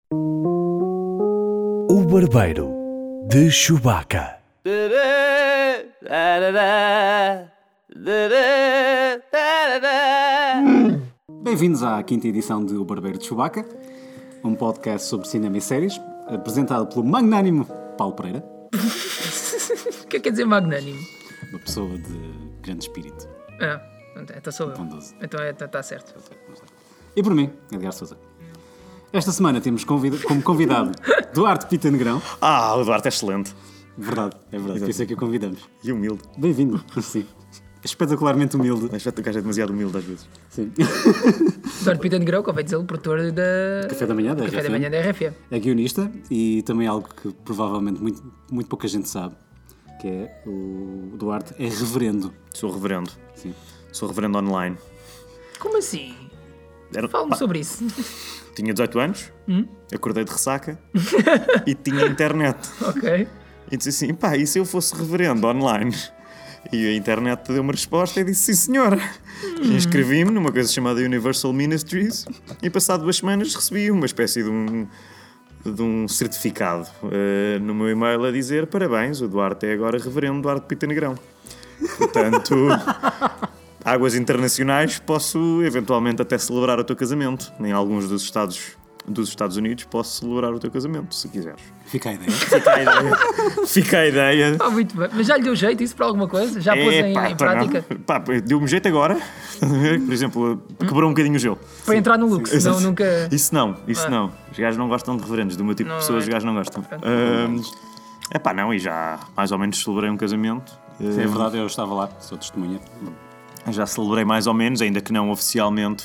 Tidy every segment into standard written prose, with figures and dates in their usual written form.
O Barbeiro de Chewbacca. Bem-vindos à quinta edição de O Barbeiro de Chewbacca, um podcast sobre cinema e séries, apresentado pelo magnânimo Paulo Pereira. O que quer dizer magnânimo? Uma pessoa de grande espírito. Então sou eu. Bondoso. Então está certo. E por mim, Edgar Sousa. Esta semana temos como convidado Duarte Pita Negrão. O Duarte é excelente. Verdade, é verdade, por isso é que o convidamos. E humilde. Bem-vindo, sim. Espetacularmente humilde. Mas o gajo é demasiado humilde às vezes. Sim. Duarte Pita Negrão, convém dizer, o produtor da Café da Manhã da Café da RFM. Manhã da RFM. É guionista e também algo que provavelmente muito pouca gente sabe, que é o Duarte é reverendo. Sou reverendo. Sim. Sou reverendo online. Como assim? Era- Fala-me pá, sobre isso. Tinha 18 anos, acordei de ressaca e tinha internet. Ok. E disse assim, e se eu fosse reverendo online? E a internet deu uma resposta e disse, sim senhora. E inscrevi-me numa coisa chamada Universal Ministries e passado 2 semanas recebi uma espécie de um certificado no meu e-mail a dizer, parabéns, o Duarte é agora reverendo Duarte Pita Negrão. Portanto, águas internacionais, posso eventualmente até celebrar o teu casamento. Em alguns dos Estados Unidos posso celebrar o teu casamento, se quiseres. Fica a ideia. Fica a ideia. Muito bem. Mas já lhe deu jeito isso para alguma coisa? Já pôs em prática? Deu-me jeito agora. Por exemplo, quebrou um bocadinho o gelo. Para entrar no look, senão nunca... Isso não. Os gajos não gostam de reverendos. Do meu tipo de pessoas, os gajos não gostam. Não, e já mais ou menos celebrei um casamento. Sim, é verdade, eu estava lá, sou testemunha. Já celebrei mais ou menos, ainda que não oficialmente,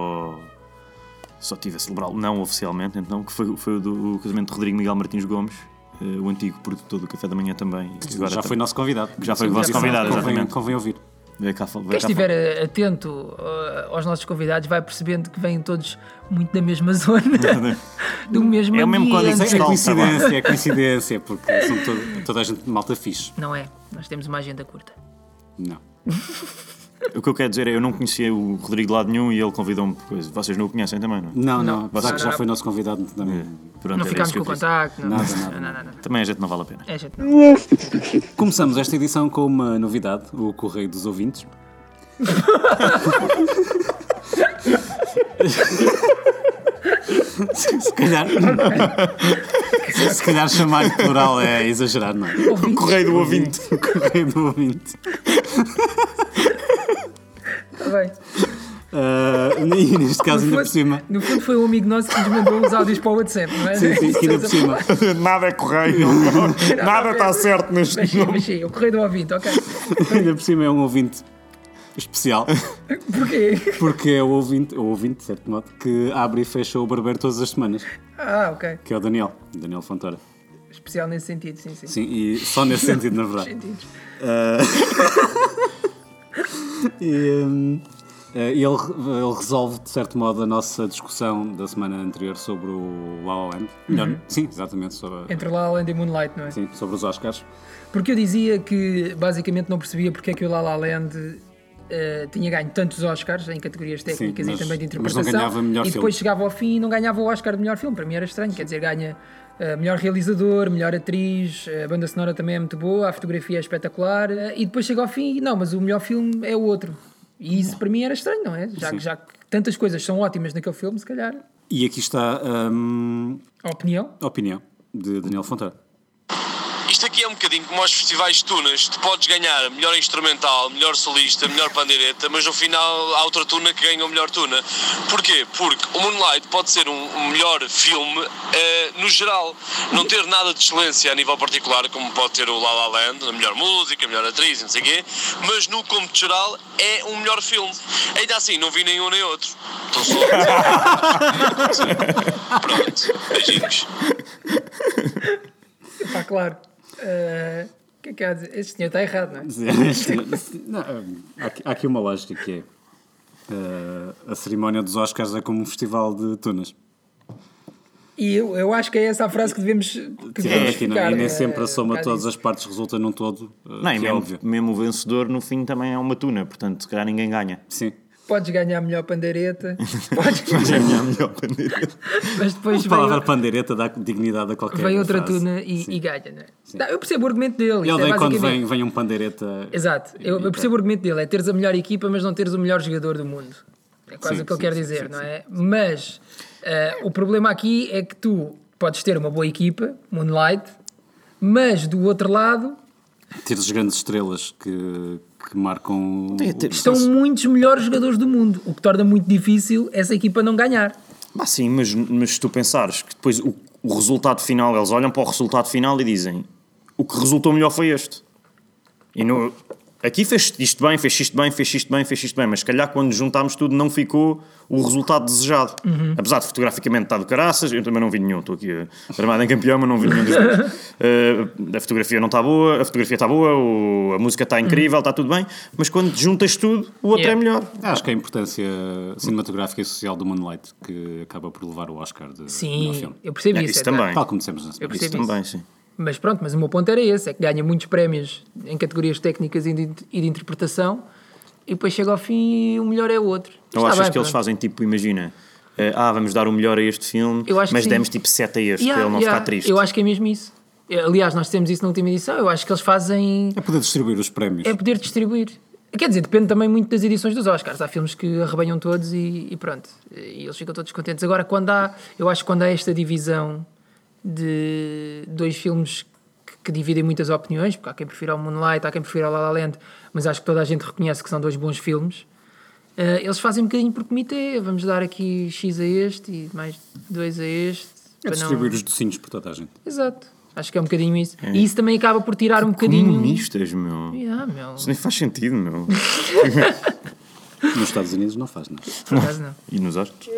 só tive a celebrá-lo não oficialmente, então, que foi o casamento de Rodrigo Miguel Martins Gomes, o antigo produtor do Café da Manhã também. Agora já foi nosso convidado. Já foi o vosso convidado, exatamente. Convém ouvir. Quem estiver atento aos nossos convidados vai percebendo que vêm todos muito da mesma zona, do mesmo ambiente. É o mesmo código postal. É coincidência, porque são toda a gente malta fixe. Não é? Nós temos uma agenda curta. Não. O que eu quero dizer é, eu não conhecia o Rodrigo de lado nenhum e ele convidou-me por coisa. Vocês não o conhecem também, não é? Não. Já foi nosso convidado também. Pronto, Não era ficámos isso que com o eu disse. contacto. Nada. Também a gente não vale a pena. É, gente, não. Começamos esta edição com uma novidade, o Correio dos Ouvintes. Se calhar chamar de plural é exagerar, não é? O Correio do Ouvinte. O Correio do Ouvinte. Está bem. E neste caso ainda por cima. No fundo foi um amigo nosso que nos mandou os áudios para o WhatsApp, não é? Sim, ainda por cima. Nada é correio. Nada está certo neste Mas sim, o correio do ouvinte, ok. Ainda por cima é um ouvinte especial. Porquê? Porque é o ouvinte, de certo modo, que abre e fecha o barbeiro todas as semanas. Ok. Que é o Daniel Fontoura. Especial nesse sentido, sim. Sim, e só nesse sentido, na verdade. Sentidos. E ele resolve, de certo modo, a nossa discussão da semana anterior sobre o La La Land. Melhor, sim, exatamente. Entre La La Land e Moonlight, não é? Sim, sobre os Oscars. Porque eu dizia que basicamente não percebia porque é que o La La Land tinha ganho tantos Oscars em categorias técnicas Sim, e também de mas interpretação, não ganhava melhor e depois filme. chegava ao fim e não ganhava o Oscar de melhor filme. Para mim era estranho, quer dizer, ganha melhor realizador, melhor atriz, a banda sonora também é muito boa, a fotografia é espetacular, e depois chega ao fim e não, mas o melhor filme é o outro. E isso para mim era estranho, não é? Já que tantas coisas são ótimas naquele filme, se calhar. E aqui está A opinião? a opinião de Daniel Fontoura. Isto aqui é um bocadinho como aos festivais de tunas. Tu podes ganhar melhor instrumental, melhor solista, melhor pandeireta, mas no final há outra tuna que ganha o melhor tuna. Porquê? Porque o Moonlight pode ser um melhor filme no geral. Não ter nada de excelência a nível particular, como pode ter o La La Land, a melhor música, a melhor atriz, não sei o quê, mas no cômputo geral é um melhor filme. Ainda assim, não vi nenhum nem outro. Estou só Pronto, beijinhos. Está claro. O que é que há a dizer? Este senhor está errado, não é? Não, há aqui uma lógica que é a cerimónia dos Oscars é como um festival de tunas. E eu acho que é essa a frase que devemos ficar. E nem sempre a soma de todas as partes resulta num todo. Não, e é óbvio. mesmo o vencedor no fim também é uma tuna, portanto se calhar ninguém ganha. Sim. podes ganhar a melhor pandeireta, podes... Mas é a minha melhor pandeireta. mas depois A palavra pandeireta dá dignidade a qualquer vem outra frase. tuna e ganha, não é? Não, eu percebo o argumento dele. Eu isto é odeio quando basicamente- vem um pandeireta. Exato, eu percebo o argumento dele, é teres a melhor equipa, mas não teres o melhor jogador do mundo. É quase Sim, o que ele sim, quer sim, dizer, sim, não sim. é? Mas o problema aqui é que tu podes ter uma boa equipa, Moonlight, mas do outro lado Ter as grandes estrelas que marcam. estão muitos melhores jogadores do mundo, o que torna muito difícil essa equipa não ganhar. Sim, mas se tu pensares que depois o resultado final, eles olham para o resultado final e dizem o que resultou melhor foi este. E aqui fez isto bem, fez isto bem, fez isto bem, fez isto bem, mas se calhar quando juntámos tudo não ficou o resultado desejado. Apesar de fotograficamente estar do caraças, eu também não vi nenhum, estou aqui armado em campeão, mas não vi nenhum dos dois. A fotografia não está boa, a fotografia está boa, a música está incrível, está tudo bem, mas quando juntas tudo, o outro é melhor. Acho que a importância cinematográfica e social do Moonlight que acaba por levar o Oscar de melhor Sim, filme. eu percebo Isso isso. Edgar. também. Tal como dissemos na Eu semana. percebo Isso isso. também, sim. Mas pronto, mas o meu ponto era esse, é que ganha muitos prémios em categorias técnicas e de interpretação e depois chega ao fim e o melhor é o outro. Ou Está achas bem, que eles pronto. fazem tipo, imagina, vamos dar o melhor a este filme, Eu acho que mas sim. demos tipo 7 a este, Yeah, para ele não yeah, ficar triste. Eu acho que é mesmo isso. Aliás, nós temos isso na última edição, eu acho que eles fazem... É poder distribuir os prémios. É poder distribuir. Quer dizer, depende também muito das edições dos Oscars. Há filmes que arrebanham todos e pronto. E eles ficam todos contentes. Agora, eu acho que quando há esta divisão de dois filmes que dividem muitas opiniões, porque há quem prefira o Moonlight, há quem prefira o La La Land, mas acho que toda a gente reconhece que são dois bons filmes. Eles fazem um bocadinho por comitê. Vamos dar aqui X a este e mais 2 a este. É para distribuir os docinhos por toda a gente. Exato. Acho que é um bocadinho isso. E isso também acaba por tirar um bocadinho... Comunistas, meu. Meu. Isso nem faz sentido, meu. Nos Estados Unidos não faz, não. Por acaso não. E nos Oscars?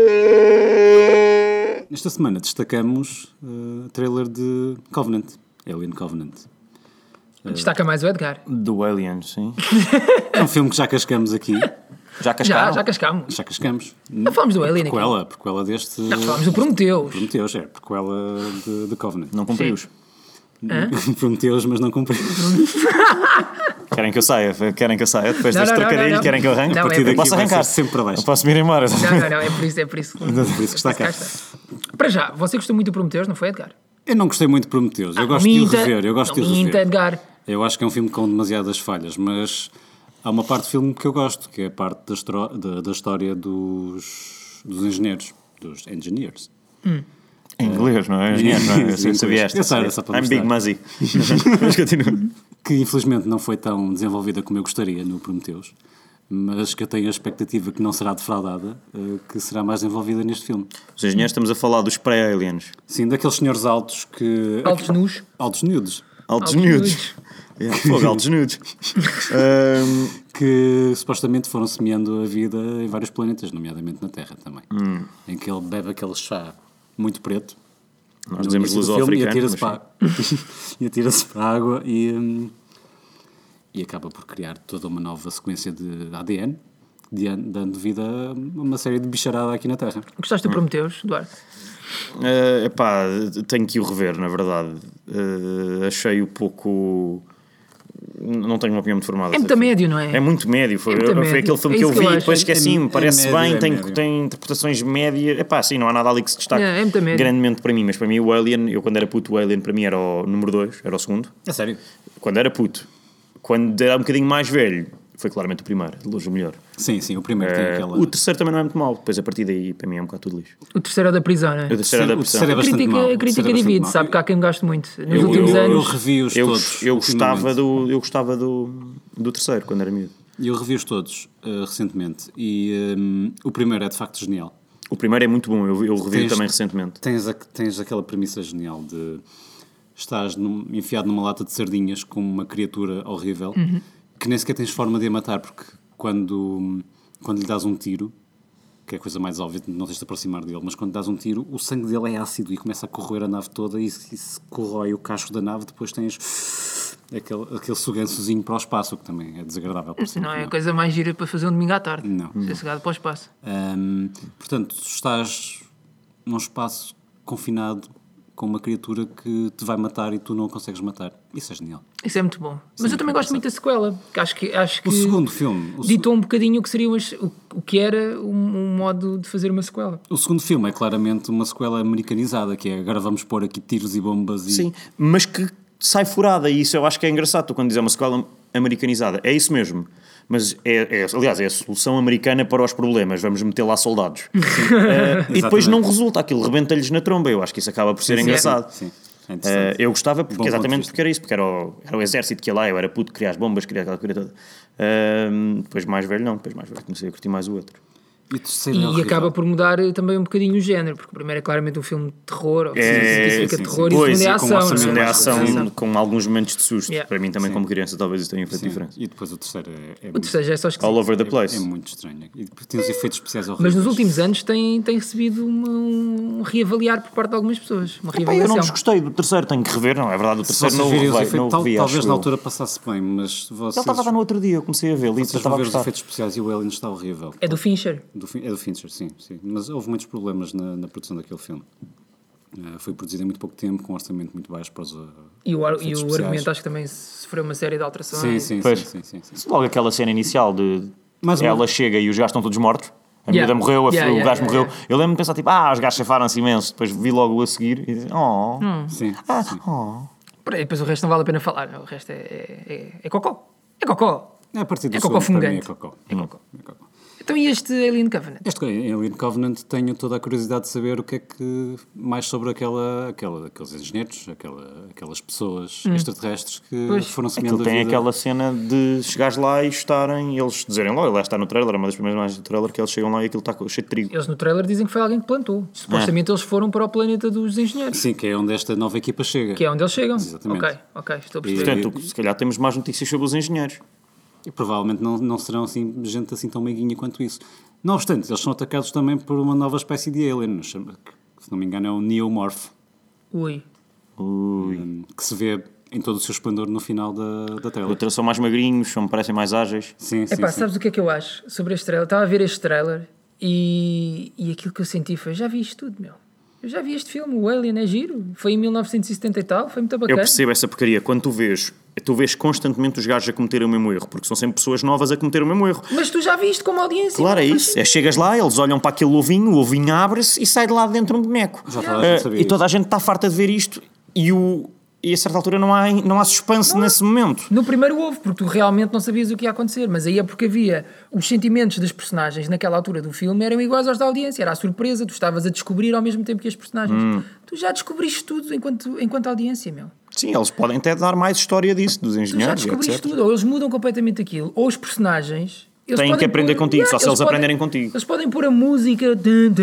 Esta semana destacamos o trailer de Covenant, Alien Covenant. Destaca mais o Edgar. Do Alien, sim. É um filme que já cascamos aqui. Já cascaram? Já cascámos. Já cascamos. Não falamos do Alien aqui. Prequela deste... Não, falámos do Prometheus. Prometeus, prequela de Covenant. Não cumpri-os. Prometeus, mas não cumpriu. Querem que eu saia? Querem que eu saia? Depois Não, deste não, trocadilho, não. querem que eu arranque? Não, A é partir daqui Posso vai arrancar ser sempre para baixo. Eu posso me ir embora. Não, é por isso. Por isso que está cá. Para já, você gostou muito do Prometheus, não foi, Edgar? Eu não gostei muito de Prometheus. Eu gosto de o rever. Eu gosto de o minta, rever. Edgar. Eu acho que é um filme com demasiadas falhas, mas há uma parte do filme que eu gosto, que é a parte da história dos engenheiros, dos engineers. Em inglês, não é? Engenheiro, não é? Eu Sim, sabia inglês. esta. Eu sei dessa para I'm Big mostrar. Muzzy. Mas continua. Que infelizmente não foi tão desenvolvida como eu gostaria no Prometheus, mas que eu tenho a expectativa que não será defraudada, que será mais desenvolvida neste filme. Os engenheiros estamos a falar dos pré-aliens. Sim, daqueles senhores altos que... Altos nus. Altos nudes. Altos Altos nudes. Fogo, altos nudes. Que supostamente foram semeando a vida em vários planetas, nomeadamente na Terra também. Em que ele bebe aquele chá muito preto. Nós no dizemos início do filme, e luso-africano. atira-se para, e atira-se para a água e acaba por criar toda uma nova sequência de ADN, dando vida a uma série de bicharada aqui na Terra. Gostaste do Prometheus, Duarte? Epá, tenho que o rever, na verdade. Achei-o pouco... Não tenho uma opinião muito formada. É muito médio, não é? É muito médio. Foi, muito foi médio. aquele filme É que eu isso que vi eu e depois acho. esqueci-me. Parece médio, bem, é tem, médio. tem interpretações médias. Epá, sim, não há nada ali que se destaque É muito médio. grandemente para mim. Mas para mim o Alien, eu quando era puto, o Alien para mim era o número 2, era o segundo. É sério? Quando era puto. Quando era um bocadinho mais velho, foi claramente o primeiro, de longe o melhor. Sim, o primeiro tem aquela... O terceiro também não é muito mau. Depois a partir daí, para mim, é um bocado tudo lixo. O terceiro é da prisão, não é? O terceiro é da o pressão. terceiro é bastante mau. A O terceiro crítica é bastante divide, mau. sabe que há quem goste muito. Nos Eu- últimos eu- Eu anos... revi-os todos. Eu gostava ultimamente. eu gostava do terceiro, quando era miúdo. Eu revi-os todos recentemente e o primeiro é de facto genial. O primeiro é muito bom, eu revi Tens- também recentemente. Tens aquela premissa genial de estás enfiado numa lata de sardinhas com uma criatura horrível que nem sequer tens forma de a matar, porque quando lhe dás um tiro, que é a coisa mais óbvia, não tens de aproximar dele, mas quando lhe dás um tiro, o sangue dele é ácido e começa a corroer a nave toda e se corrói o casco da nave, depois tens aquele sugançozinho para o espaço, que também é desagradável. Por Não é a coisa mais gira para fazer um domingo à tarde. Não. Ser chegado para o espaço. Portanto, estás num espaço confinado com uma criatura que te vai matar e tu não a consegues matar. Isso é genial. Isso é muito bom. Mas Sim, eu também foi gosto muito da sequela. Que acho que O segundo filme... ditou um bocadinho o que seria o que era um modo de fazer uma sequela. O segundo filme é claramente uma sequela americanizada, que é agora vamos pôr aqui tiros e bombas e... Sim, mas que sai furada, e isso eu acho que é engraçado. Tu, quando dizes uma sequela americanizada, é isso mesmo. Mas aliás, é a solução americana para os problemas. Vamos meter lá soldados. E depois não resulta, aquilo rebenta-lhes na tromba. Eu acho que isso acaba por ser engraçado. Sim. É interessante. Eu gostava porque, Bom ponto de exatamente vista. porque era isso, porque era o exército que ia lá, eu era puto, queria as bombas, queria aquela coisa toda. Depois mais velho comecei a curtir mais o outro. E o terceiro é E horrível. acaba por mudar também um bocadinho o género, porque o primeiro é claramente um filme de terror, ou significa sim, terror, sim. e o Pois, segundo é e com ação. orçamento não Segundo é é? ação com alguns momentos de susto. Yeah. Para mim também, Sim. como criança, talvez isso tenha feito Sim. diferença. E depois o terceiro é O terceiro já é só esquisito. All over the é place. muito estranho. E depois tem os efeitos especiais horríveis. Mas nos últimos anos tem recebido um reavaliar por parte de algumas pessoas. Uma Epá, eu não reavaliação. desgostei do terceiro, tenho que rever, não é verdade? O Se terceiro vocês não virem os revi, efeitos, não revi, talvez acho na eu. altura passasse bem, mas vocês... Ele estava no outro dia, eu comecei a ver, ali Vocês estava vão a ver os gostar. efeitos especiais e o Alien está horrível. É do Fincher. É do Fincher, sim. Mas houve muitos problemas na produção daquele filme. Foi produzido em muito pouco tempo, com um orçamento muito baixo para os E o efeitos especiais. argumento acho que também sofreu uma série de alterações. Sim. Pois. Logo aquela cena inicial de Mais uma- ela chega e os gajos estão todos mortos. A Yeah. miúda morreu, o Yeah, gajo morreu. yeah. Eu lembro-me de pensar tipo, os gajos chafaram-se imenso. Depois vi logo a seguir e disse, Sim. Por aí, depois o resto não vale a pena falar. O resto é cocó. É cocó. É a partir do É cocó segundo, para mim, fumegante. É cocó. Então e este Alien Covenant? Este Alien Covenant, tenho toda a curiosidade de saber o que é que mais sobre aqueles engenheiros, aquelas pessoas extraterrestres que Pois. foram Aquilo semeando a tem vida. aquela cena de chegares lá e estarem, eles dizerem logo, lá está no trailer, é uma das primeiras imagens do trailer que eles chegam lá e aquilo está cheio de trigo. Eles no trailer dizem que foi alguém que plantou. Supostamente eles foram para o planeta dos engenheiros. Sim, que é onde esta nova equipa chega. Que é onde eles chegam. Exatamente. Ok, estou a perceber. Portanto, se calhar temos mais notícias sobre os engenheiros. E provavelmente não serão assim, gente assim tão meiguinha quanto isso. Não obstante, eles são atacados também por uma nova espécie de alien, que, se não me engano é o Neomorph, Ui. que se vê em todo o seu esplendor no final da trailer. Outros são mais magrinhos, parecem mais ágeis. Sim. Sabes o que é que eu acho sobre este trailer? Estava a ver este trailer e aquilo que eu senti foi, já vi isto tudo, meu. Eu já vi este filme, o Alien é giro. Foi em 1970 e tal, foi muito Eu bacana. percebo essa porcaria. Quando tu vês constantemente os gajos a cometerem o mesmo erro, porque são sempre pessoas novas a cometer o mesmo erro. Mas tu já viste como audiência. Claro, é não faz isso. Chegas lá, eles olham para aquele ovinho, o ovinho abre-se e sai de lá de dentro um boneco. Já toda a gente sabia E toda a gente está farta de ver isto e a certa altura não há suspense nesse momento. No primeiro houve, porque tu realmente não sabias o que ia acontecer, mas aí é porque havia os sentimentos das personagens naquela altura do filme eram iguais aos da audiência, era a surpresa, tu estavas a descobrir ao mesmo tempo que as personagens. Tu já descobriste tudo enquanto audiência, meu. Sim, eles podem até dar mais história disso, dos Tu já engenheiros, descobriste etc. tudo, ou eles mudam completamente aquilo, ou os personagens... eles Têm que podem aprender contigo, só se eles aprenderem contigo. Eles podem pôr a música,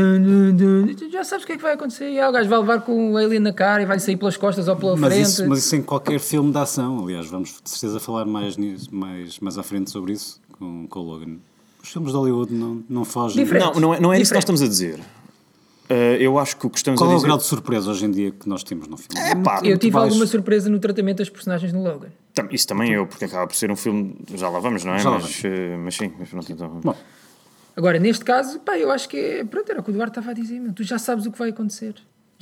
tu já sabes o que é que vai acontecer, o gajo vai levar com o alien na cara e vai sair pelas costas ou pela frente. Mas isso em qualquer filme de ação. Aliás, vamos de certeza falar mais à frente sobre isso com o Logan. Os filmes de Hollywood não fogem. Diferente. Não é isso que nós Diferente. estamos a dizer. Eu acho que o que estamos Qual a é o dizer... grau de surpresa hoje em dia que nós temos no filme? Eu tive baixo. alguma surpresa no tratamento das personagens no Logan. Isso também porque acaba por ser um filme... Já lá vamos, não é? Já lá Mas sim, mas pronto, então... Bom, Agora, neste caso, eu acho que pronto, era o que o Eduardo estava a dizer, meu. Tu já sabes o que vai acontecer.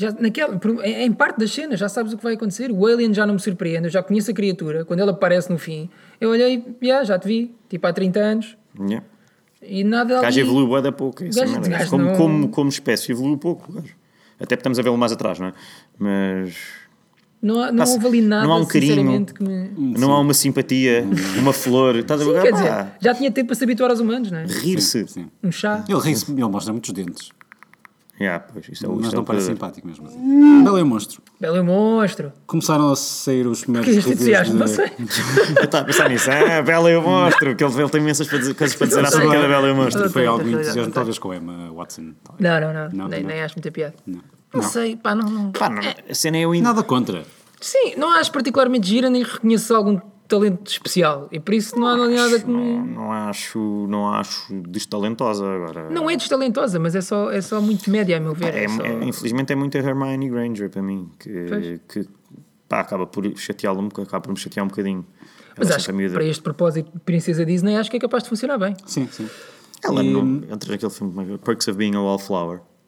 Em parte das cenas já sabes o que vai acontecer. O Alien já não me surpreende, eu já conheço a criatura. Quando ele aparece no fim, eu olhei, já te vi, tipo há 30 anos, Yeah. e nada O ali... gajo evoluiu bué da pouco. Gajo não- Como espécie, evoluiu pouco. O gajo. Até porque estamos a vê-lo mais atrás, não é? Mas... Não Pá, houve ali nada, não há um carinho. sinceramente, que me... Não há uma simpatia, uma flor. Estás a Sim, ver? quer dizer, já tinha tempo para se habituar aos humanos, não é? Rir-se. sim. Um chá. Ele mostra muitos dentes, Pois, isto é mas isto é não o parece que- simpático mesmo assim. Belo é um monstro. Belo monstro. Começaram a sair os Que primeiros este reviews entusiasmo, não sei. Eu estava a pensar nisso. Bela e o monstro. Que ele tem imensas coisas para dizer acerca da Bela e o monstro. Foi Não algum sei, entusiasmo, não talvez com a Emma Watson. Não, Não. nem acho muita piada. Não sei, pá, não. Pá, não, a cena é eu ainda... Nada contra. Sim, não acho particularmente gira, nem reconheço algum talento especial. E por isso não há nada que me... Não acho destalentosa agora. Não é destalentosa, mas é só muito média, a meu ver. Infelizmente é muito a Hermione Granger para mim, Pois. que acaba por chateá-lo, acaba por me chatear um bocadinho. Mas Ela acho sempre que a miúda. para este propósito de Princesa Disney, acho que é capaz de funcionar bem. Sim. Ela não entra naquele filme Perks of Being a Wallflower.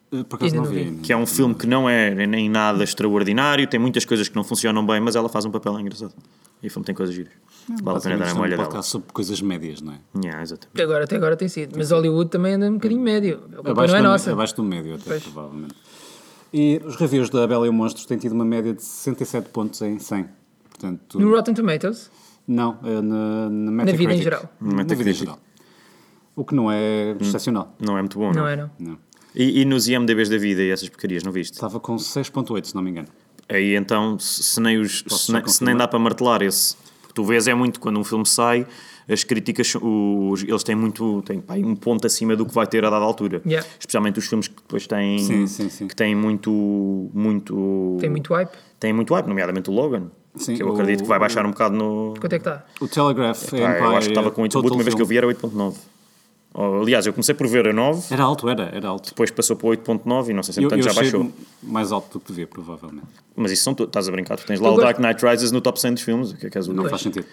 Por acaso Ainda não não vi. vi. ainda. Que é um filme que não é nem nada extraordinário, tem muitas coisas que não funcionam bem, mas ela faz um papel engraçado. E o filme tem coisas giras. Vale a pena dar uma olhada dela. podcast sobre coisas médias, não é? Yeah, exatamente. Até agora tem sido. Mas Hollywood também anda um bocadinho médio. A culpa Abaixo não é do, nossa. abaixo do médio, até, Pois. provavelmente. E os reviews da Bela e o Monstro têm tido uma média de 67 pontos em 100. Portanto, No Rotten Tomatoes, não, é na na vida em Metacritic. geral. Na vida em geral. O que não é excepcional. Não é muito bom, Não é, não. Não. E nos IMDBs da vida e essas porcarias, não viste? Estava com 6.8, se não me engano. Aí então, se nem, os, Posso se, já nem, se confirmar? nem dá para martelar esse. Porque tu vês, é muito quando um filme sai, as críticas, eles têm muito, têm pá, um ponto acima do que vai ter a dada altura. Yeah. Especialmente os filmes que depois têm, Sim. que têm muito. Tem muito hype. Tem muito hype, nomeadamente o Logan. Sim, que eu acredito que vai baixar um bocado no. Quanto é que está? O Telegraph Pá, Empire, eu acho que estava com 8. A total última vez que eu vi film. era 8.9. Aliás, eu comecei por ver a 9, Era alto, era alto. depois passou para 8.9 e não sei se entretanto já achei baixou. mais alto do que devia, provavelmente. Mas isso são estás a brincar, tu tens lá Eu o gosto- Dark Knight Rises no top 100 dos filmes, o que é que és o Não faz sentido.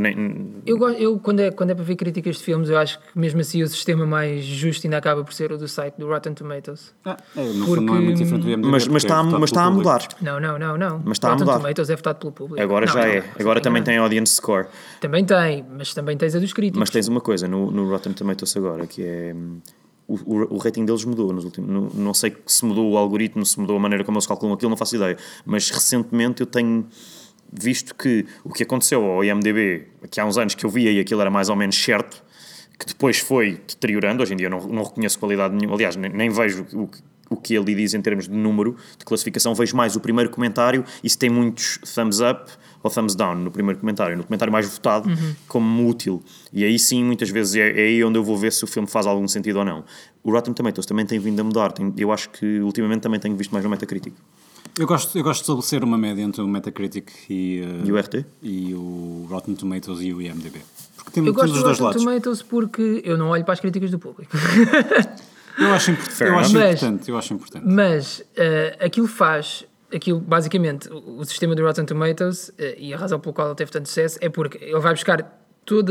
Eu quando é para ver críticas de filmes, eu acho que mesmo assim o sistema mais justo ainda acaba por ser o do site do Rotten Tomatoes. No fundo não é muito diferente do IMDb. Mas porque está, é votado mas está a pelo mudar. Não. Mas está a Rotten mudar. Tomatoes é votado pelo público. Agora Não, já não, é. Agora também tem audience score. Também tem, mas também tens a dos críticos. Mas tens uma coisa no Rotten Tomatoes agora, que é o rating deles mudou nos últimos. Não sei se mudou o algoritmo, se mudou a maneira como eles calculam aquilo, não faço ideia. Mas recentemente eu tenho visto que o que aconteceu ao IMDb, que há uns anos que eu via e aquilo era mais ou menos certo, que depois foi deteriorando. Hoje em dia eu não reconheço qualidade nenhuma. Aliás, nem vejo o que ele diz em termos de número de classificação. Vejo mais o primeiro comentário e se tem muitos thumbs up ou thumbs down no primeiro comentário, no comentário mais votado, como útil. E aí sim, muitas vezes é aí onde eu vou ver se o filme faz algum sentido ou não. O Rotten Tomatoes também tem vindo a mudar. Eu acho que ultimamente também tenho visto mais no Metacritic. Eu gosto de estabelecer uma média entre o Metacritic E o RT? e o Rotten Tomatoes e o IMDb. Porque Eu temos gosto os do dois Rotten lados. Tomatoes porque eu não olho para as críticas do público. Eu acho enough. importante. Mas aquilo basicamente, o sistema do Rotten Tomatoes, e a razão pela qual ele teve tanto sucesso, é porque ele vai buscar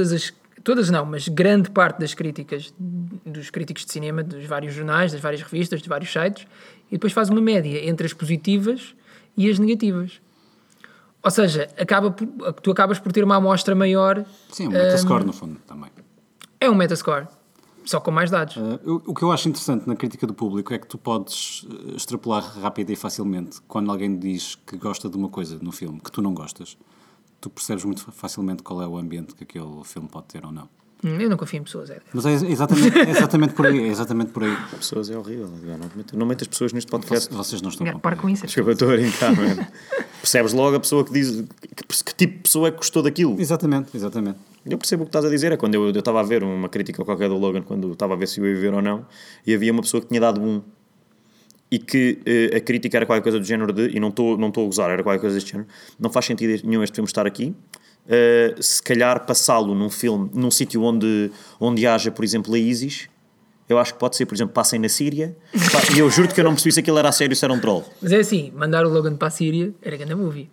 mas grande parte das críticas dos críticos de cinema, dos vários jornais, das várias revistas, dos vários sites, e depois faz uma média entre as positivas e as negativas. Ou seja, tu acabas por ter uma amostra maior. Sim, um Metascore no fundo também. É um Metascore, só com mais dados. O que eu acho interessante na crítica do público é que tu podes extrapolar rápida e facilmente quando alguém diz que gosta de uma coisa no filme que tu não gostas. Tu percebes muito facilmente qual é o ambiente que aquele filme pode ter ou não. Eu não confio em pessoas, é. Mas é exatamente por aí. É exatamente por aí. Pessoas é horrível. Não metas pessoas neste podcast. Vocês não estão a Para com isso. Desculpa, estou a brincar, mano. Percebes logo a pessoa que diz que tipo de pessoa é que gostou daquilo. Exatamente. Eu percebo o que estás a dizer. É quando eu estava a ver uma crítica qualquer do Logan, quando estava a ver se eu ia ver ou não, e havia uma pessoa que tinha dado 1 e que a crítica era qualquer coisa do género de, e não estou a gozar, era qualquer coisa deste género, não faz sentido nenhum este filme estar aqui. Se calhar passá-lo num filme, num sítio onde haja, por exemplo, a ISIS, eu acho que pode ser, por exemplo, passem na Síria, e eu juro que eu não percebi se aquilo era a sério ou se era um troll. Mas é assim, mandar o Logan para a Síria era grande movie.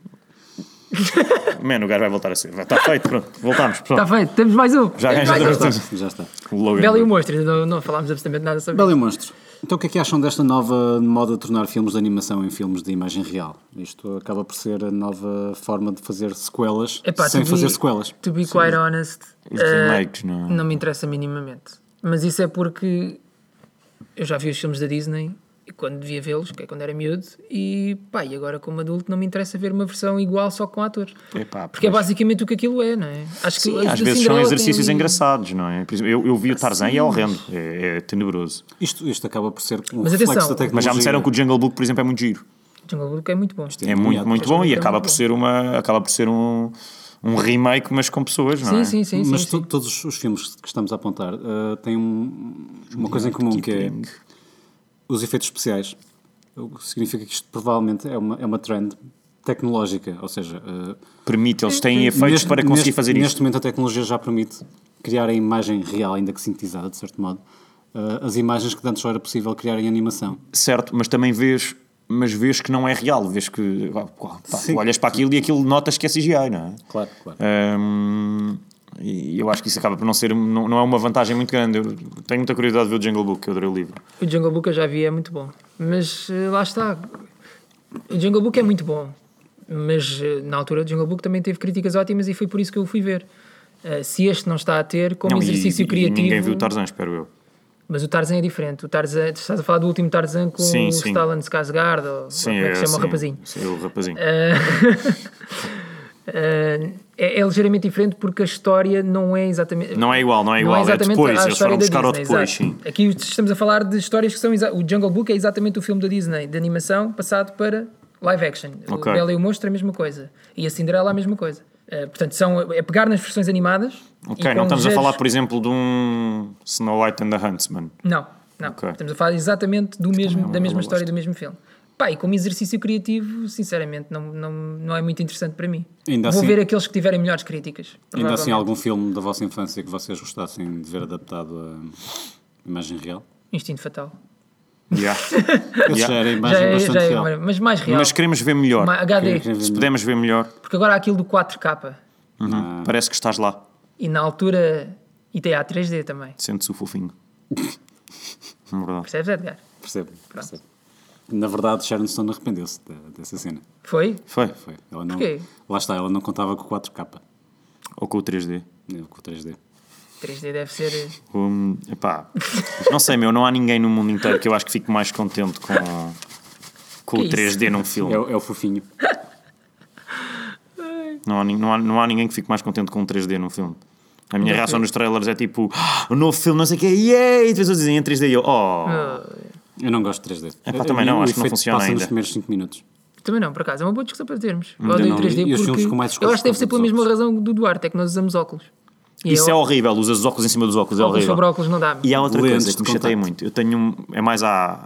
Mano, o gajo vai voltar a ser. Está feito, pronto, voltamos. Pronto. Está feito, temos mais um. Já Temos mais ganhamos um. Já está. o Logan. Bela e o Monstro, não falámos absolutamente nada sobre Bela e isso. o Monstro. Então o que é que acham desta nova moda de tornar filmes de animação em filmes de imagem real? Isto acaba por ser a nova forma de fazer sequelas Epá, sem to fazer be- sequelas. To be quite honest, Os remakes, não. não me interessa minimamente. Mas isso é porque eu já vi os filmes da Disney e quando devia vê-los, que é quando era miúdo, e agora como adulto não me interessa ver uma versão igual só com atores. Epá, Porque é pois. basicamente o que aquilo é, não é? Acho que Sim, a às da vezes são Cinderela exercícios tem ali- engraçados, não é? Por exemplo, eu vi o Tarzan e é horrendo, é tenebroso. Isto acaba por ser um Mas reflexo atenção, da tecnologia. Mas já me disseram que o Jungle Book, por exemplo, é muito giro. Jungle Book é muito bom. É muito bom e é acaba muito por ser um remake, mas com pessoas, não é? Sim. Mas sim. todos os filmes que estamos a apontar têm uma coisa em comum, que é os efeitos especiais. O que significa que isto provavelmente é uma trend tecnológica, ou seja... Permite, eles têm efeitos para conseguir fazer Neste isto. momento a tecnologia já permite criar a imagem real, ainda que sintetizada, de certo modo, as imagens que antes só era possível criar em animação. Certo, mas também vês que não é real, vês que tu olhas para aquilo e aquilo notas que é CGI, não é? Claro. E eu acho que isso acaba por não ser, não é uma vantagem muito grande. Eu tenho muita curiosidade de ver o Jungle Book, que eu adorei o livro. O Jungle Book eu já vi, é muito bom. Mas lá está. O Jungle Book é muito bom. Mas na altura o Jungle Book também teve críticas ótimas e foi por isso que eu o fui ver. Se este não está a ter, como Não, exercício criativo... E ninguém viu o Tarzan, espero eu. Mas o Tarzan é diferente. O Tarzan, estás a falar do último Tarzan com Sim, o sim. Stellan Skarsgård, ou Sim, como é que se chama sim, o rapazinho? Sim, o rapazinho. É ligeiramente diferente porque a história não é exatamente... Não é igual. É exatamente depois, a eles história foram da buscar ao Disney, depois, exato. sim. Aqui estamos a falar de histórias que são... O Jungle Book é exatamente o filme da Disney, de animação, passado para live action. Ok. O Bela e o Monstro é a mesma coisa. E a Cinderela é a mesma coisa. Portanto, é pegar nas versões animadas... Ok, e não com estamos a gestos- falar, por exemplo, de um Snow White and the Huntsman. Não. Ok. Estamos a falar exatamente da mesma eu história, gosto. do mesmo filme. Pá, e como exercício criativo, sinceramente, não é muito interessante para mim. Ainda Vou assim- ver aqueles que tiverem melhores críticas. Ainda assim, provavelmente. algum filme da vossa infância que vocês gostassem de ver adaptado à imagem real? Instinto Fatal. Yeah. Esse já era a Já imagem é, bastante real. mas mais real. Mas queremos ver melhor. HD. Se pudermos ver melhor, Porque agora há aquilo do 4K. parece que estás lá. E na altura... E tem a 3D também. Sente-se o fofinho. É verdade. Percebes, Edgar? Percebo. Na verdade, Sharon Stone arrependeu-se dessa cena. Foi? Foi. Foi. Ela não, Porquê? lá está, ela não contava com o 4K, Ou com o 3D. com o 3D. 3D deve ser... Epá, não sei, não há ninguém no mundo inteiro que eu acho que fique mais contente com o Que 3D num filme. É o fofinho. Não há ninguém que fique mais contente com um 3D num filme. A minha reação nos trailers é tipo, o novo filme, não sei o que, yay! E depois eles dizem em 3D e eu, Eu não gosto de 3D. Epá, também não, O acho que não efeito funciona passa ainda. nos primeiros 5 minutos. Também não, por acaso. É uma boa discussão para termos. Eu Ainda odeio não. 3D E os filmes porque... com mais Eu acho que deve ser pela óculos. mesma razão do Duarte, é que nós usamos óculos. E Isso é horrível, usas os óculos em cima dos óculos, é óculos horrível. sobre óculos não dá. E há outra Lentes coisa que de me chateia contacto. muito. Eu tenho é mais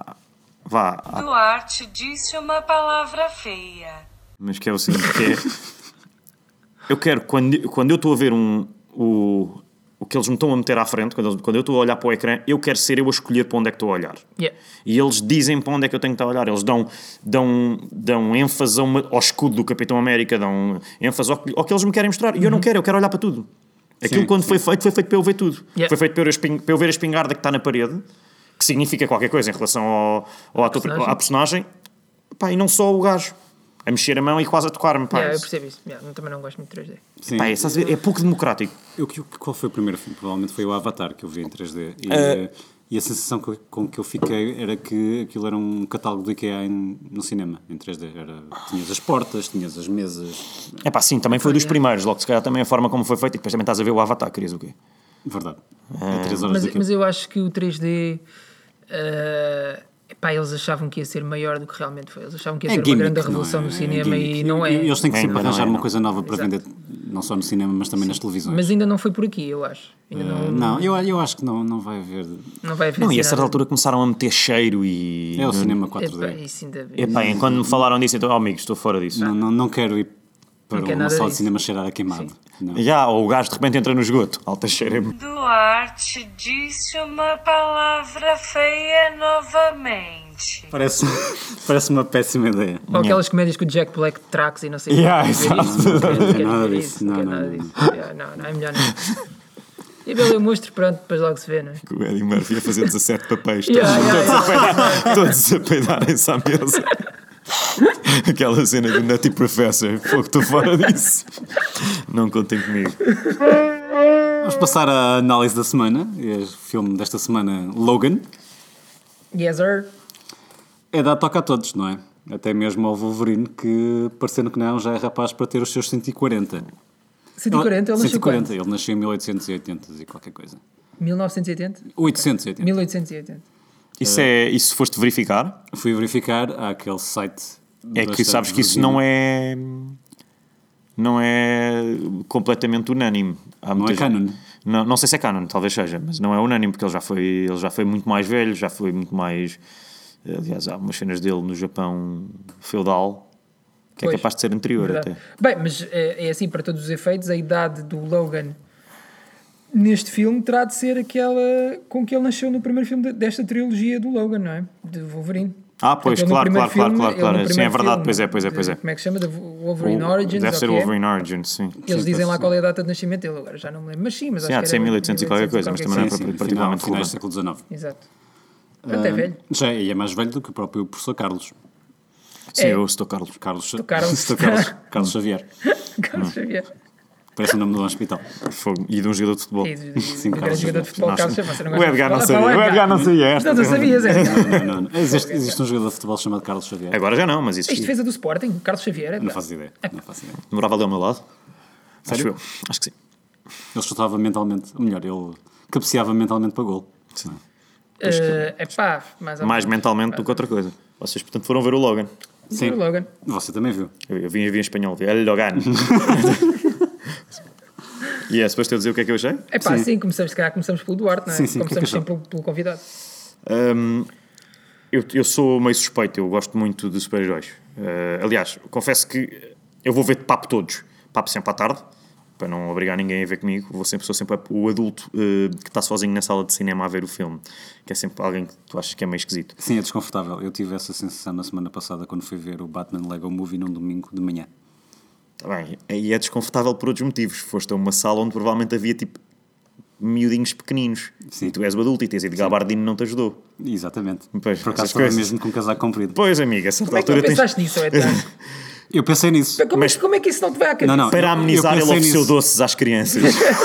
Duarte disse uma palavra feia. mas que é o seguinte, que é... Eu quero, quando eu estou a ver o que eles me estão a meter à frente, quando eu estou a olhar para o ecrã, eu quero ser eu a escolher para onde é que estou a olhar. Yeah. E eles dizem para onde é que eu tenho que estar a olhar. Eles dão ênfase ao escudo do Capitão América, dão ênfase ao que eles me querem mostrar. E eu não quero, eu quero olhar para tudo. Aquilo, Sim, quando sim. foi feito para eu ver tudo. Yeah. Foi feito para eu ver a espingarda que está na parede, que significa qualquer coisa em relação à personagem. Pá, e não só o gajo a mexer a mão e quase a tocar-me. Pá, Yeah, eu percebo isso. Yeah, também não gosto muito de 3D. Sim. pá, estás a ver? É pouco democrático. Qual foi o primeiro filme? Provavelmente foi o Avatar que eu vi em 3D. E a sensação com que eu fiquei era que aquilo era um catálogo do IKEA no cinema, em 3D. Tinhas as portas, tinhas as mesas. É pá, sim, também foi dos primeiros. Logo, se calhar também a forma como foi feito. E depois também estás a ver o Avatar, querias o quê? Verdade. É 3 horas daquilo. Mas eu acho que o 3D... Pá, eles achavam que ia ser maior do que realmente foi. Eles achavam que ia ser uma gimmick, grande não revolução é? no cinema gimmick. e não é. Eles têm que sempre Ainda não arranjar é, uma não. coisa nova para Exato. vender, não só no cinema, mas também nas televisões. Mas ainda não foi por aqui, eu acho. Ainda Não, eu acho que não vai haver. não vai haver Não, e a assim certa nada. altura começaram a meter cheiro e... É o cinema Epá, 4D. isso ainda... Epá, e quando me falaram disso, então, amigos, estou fora disso. Não quero ir para Não quer uma nada sala de disso. cinema cheirar a queimado. Não. Já, ou o gajo de repente entra no esgoto. Alta cheira. Duarte disse uma palavra feia novamente. Parece uma péssima ideia. Ou aquelas comédias com o Jack Black de tracks e não sei o Yeah, que. exato. Não quero Nada ver disso. isso, não quero Não, nada não, disso. Yeah, não, é melhor não. E Bela e o Monstro, pronto, depois logo se vê, não é? O Eddie Murphy a fazer 17 papéis. Todos a peidarem-se à mesa. Aquela cena do Nutty Professor. Pô, estou fora disso. Não contem comigo. Vamos passar à análise da semana. O filme desta semana, Logan. Yes, sir. É dar toque a todos, não é? Até mesmo ao Wolverine, que parecendo que não, já é rapaz para ter os seus 140. 140, ele nasceu 140, quando? ele nasceu em 1880 e qualquer coisa. 1980? 880. 1880. Isso foste verificar? Fui verificar, há aquele site... É que sabes que isso não é completamente unânime. Há Não é muita canon? gente- Não sei se é canon, talvez seja, mas não é unânime porque ele já foi muito mais velho, já foi muito mais... Aliás, há umas cenas dele no Japão feudal que Pois, é capaz de ser anterior Verdade. até. Bem, mas é assim, para todos os efeitos, a idade do Logan neste filme terá de ser aquela com que ele nasceu no primeiro filme desta trilogia do Logan, não é? De Wolverine. Pois, Ele no claro. primeiro filme- ele no Sim, é primeiro verdade, filme pois é. Como é que se chama? The Wolverine Origins? Deve ou ser o o que é? Wolverine Origins, sim. Eles dizem lá qual é a data de nascimento dele, agora já não me lembro. Mas sim, mas Sim, acho há de que ser era 1800 e qualquer coisa, mas também não é Sim, particularmente finais do relevante. século XIX. Exato. Portanto, é velho. Já é mais velho do que o próprio professor Carlos. Sim, É. eu estou Carlos. Carlos Xavier. Carlos Xavier. Parece o nome do hospital. Fogo. E de um jogador de futebol. O grande Carlos jogador de futebol, Carlos Xavier. Você não O gosta de Edgar não futebol? sabia. Ah, O Edgar não sabia esta. Não sabias, Edgar. Não. Existe um jogador de futebol chamado Carlos Xavier. Agora já não, mas Isto existia. defesa do Sporting, Carlos Xavier. Não Edgar. faço ideia. Demorava ali ao meu lado. Sério? Acho eu. Acho que sim. Ele chutava mentalmente, ou melhor, ele cabeceava mentalmente para gol. Sim. É pá, Mais mentalmente do que outra coisa. Vocês, portanto, foram ver o Logan. Sim. Logan. Você também viu. Eu vi em espanhol. Vi El Logan. E é suposto eu dizer o que é que eu achei? É pá, sim, se calhar começamos pelo Duarte, não é? Sim, sim, Começamos que é sempre pelo convidado. Eu sou meio suspeito, eu gosto muito de super-heróis. Aliás, confesso que eu vou ver de papo todos. Papo sempre à tarde, para não obrigar ninguém a ver comigo. Sou sempre o adulto que está sozinho na sala de cinema a ver o filme. Que é sempre alguém que tu achas que é meio esquisito. Sim, é desconfortável. Eu tive essa sensação na semana passada quando fui ver o Batman Lego Movie num domingo de manhã. Tá bem, e é desconfortável por outros motivos. Foste a uma sala onde provavelmente havia tipo miudinhos pequeninos. Sim. E tu és o adulto e tens ido Gabardino não te ajudou. Exatamente. Pois, Por acaso essas estava coisas. mesmo com um casaco comprido. Pois, amiga, a certa Como é que tu altura tens... pensaste nisso, Edgar? Eu pensei nisso. Como é que isso não te vai à cabeça? Não. Para Eu amenizar, ele pensei ofereceu nisso. doces às crianças.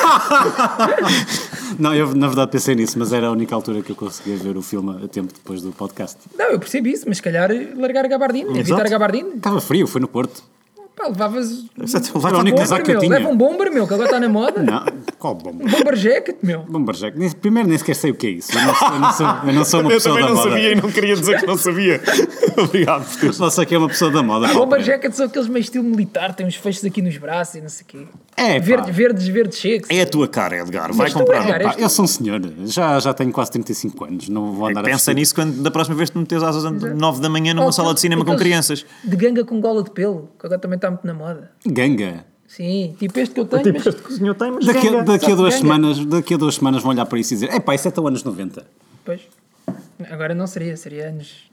Não, eu na verdade pensei nisso, mas era a única altura que eu conseguia ver o filme a tempo depois do podcast. Não, eu percebi isso, mas se calhar largar a gabardina, evitar a gabardina. Estava frio, foi no Porto. Pá, levavas Era o único casaco que eu tinha. Leva um bomber, meu, que agora está na moda. Não, qual bomba? Um bomber jacket, meu. Bomberjack. Primeiro nem sequer sei o que é isso. Eu não sou uma Eu pessoa também da não moda. sabia e não queria dizer que não sabia. Obrigado por ter. Só sei que é uma pessoa da moda. Bomber jacket são aqueles meio estilo militar, tem uns fechos aqui nos braços e não sei o quê. É, pá. Verdes cheques. É a tua cara, Edgar. Vai Mas tu, comprar. Edgar, Pá, eu sou um senhor. Já tenho quase 35 anos. Não vou andar a Pensa vestir. nisso quando da próxima vez te metes às 9 da manhã numa sala de cinema com Aqueles crianças. De ganga com gola de pelo, que agora também está muito na moda. Ganga. Sim, tipo este que eu tenho, mas... que o senhor tem, mas Daqui Só a de 2 ganga. semanas, daqui a 2 semanas vão olhar para isso e dizer: epá, isso é tão anos 90. Pois. Agora não seria anos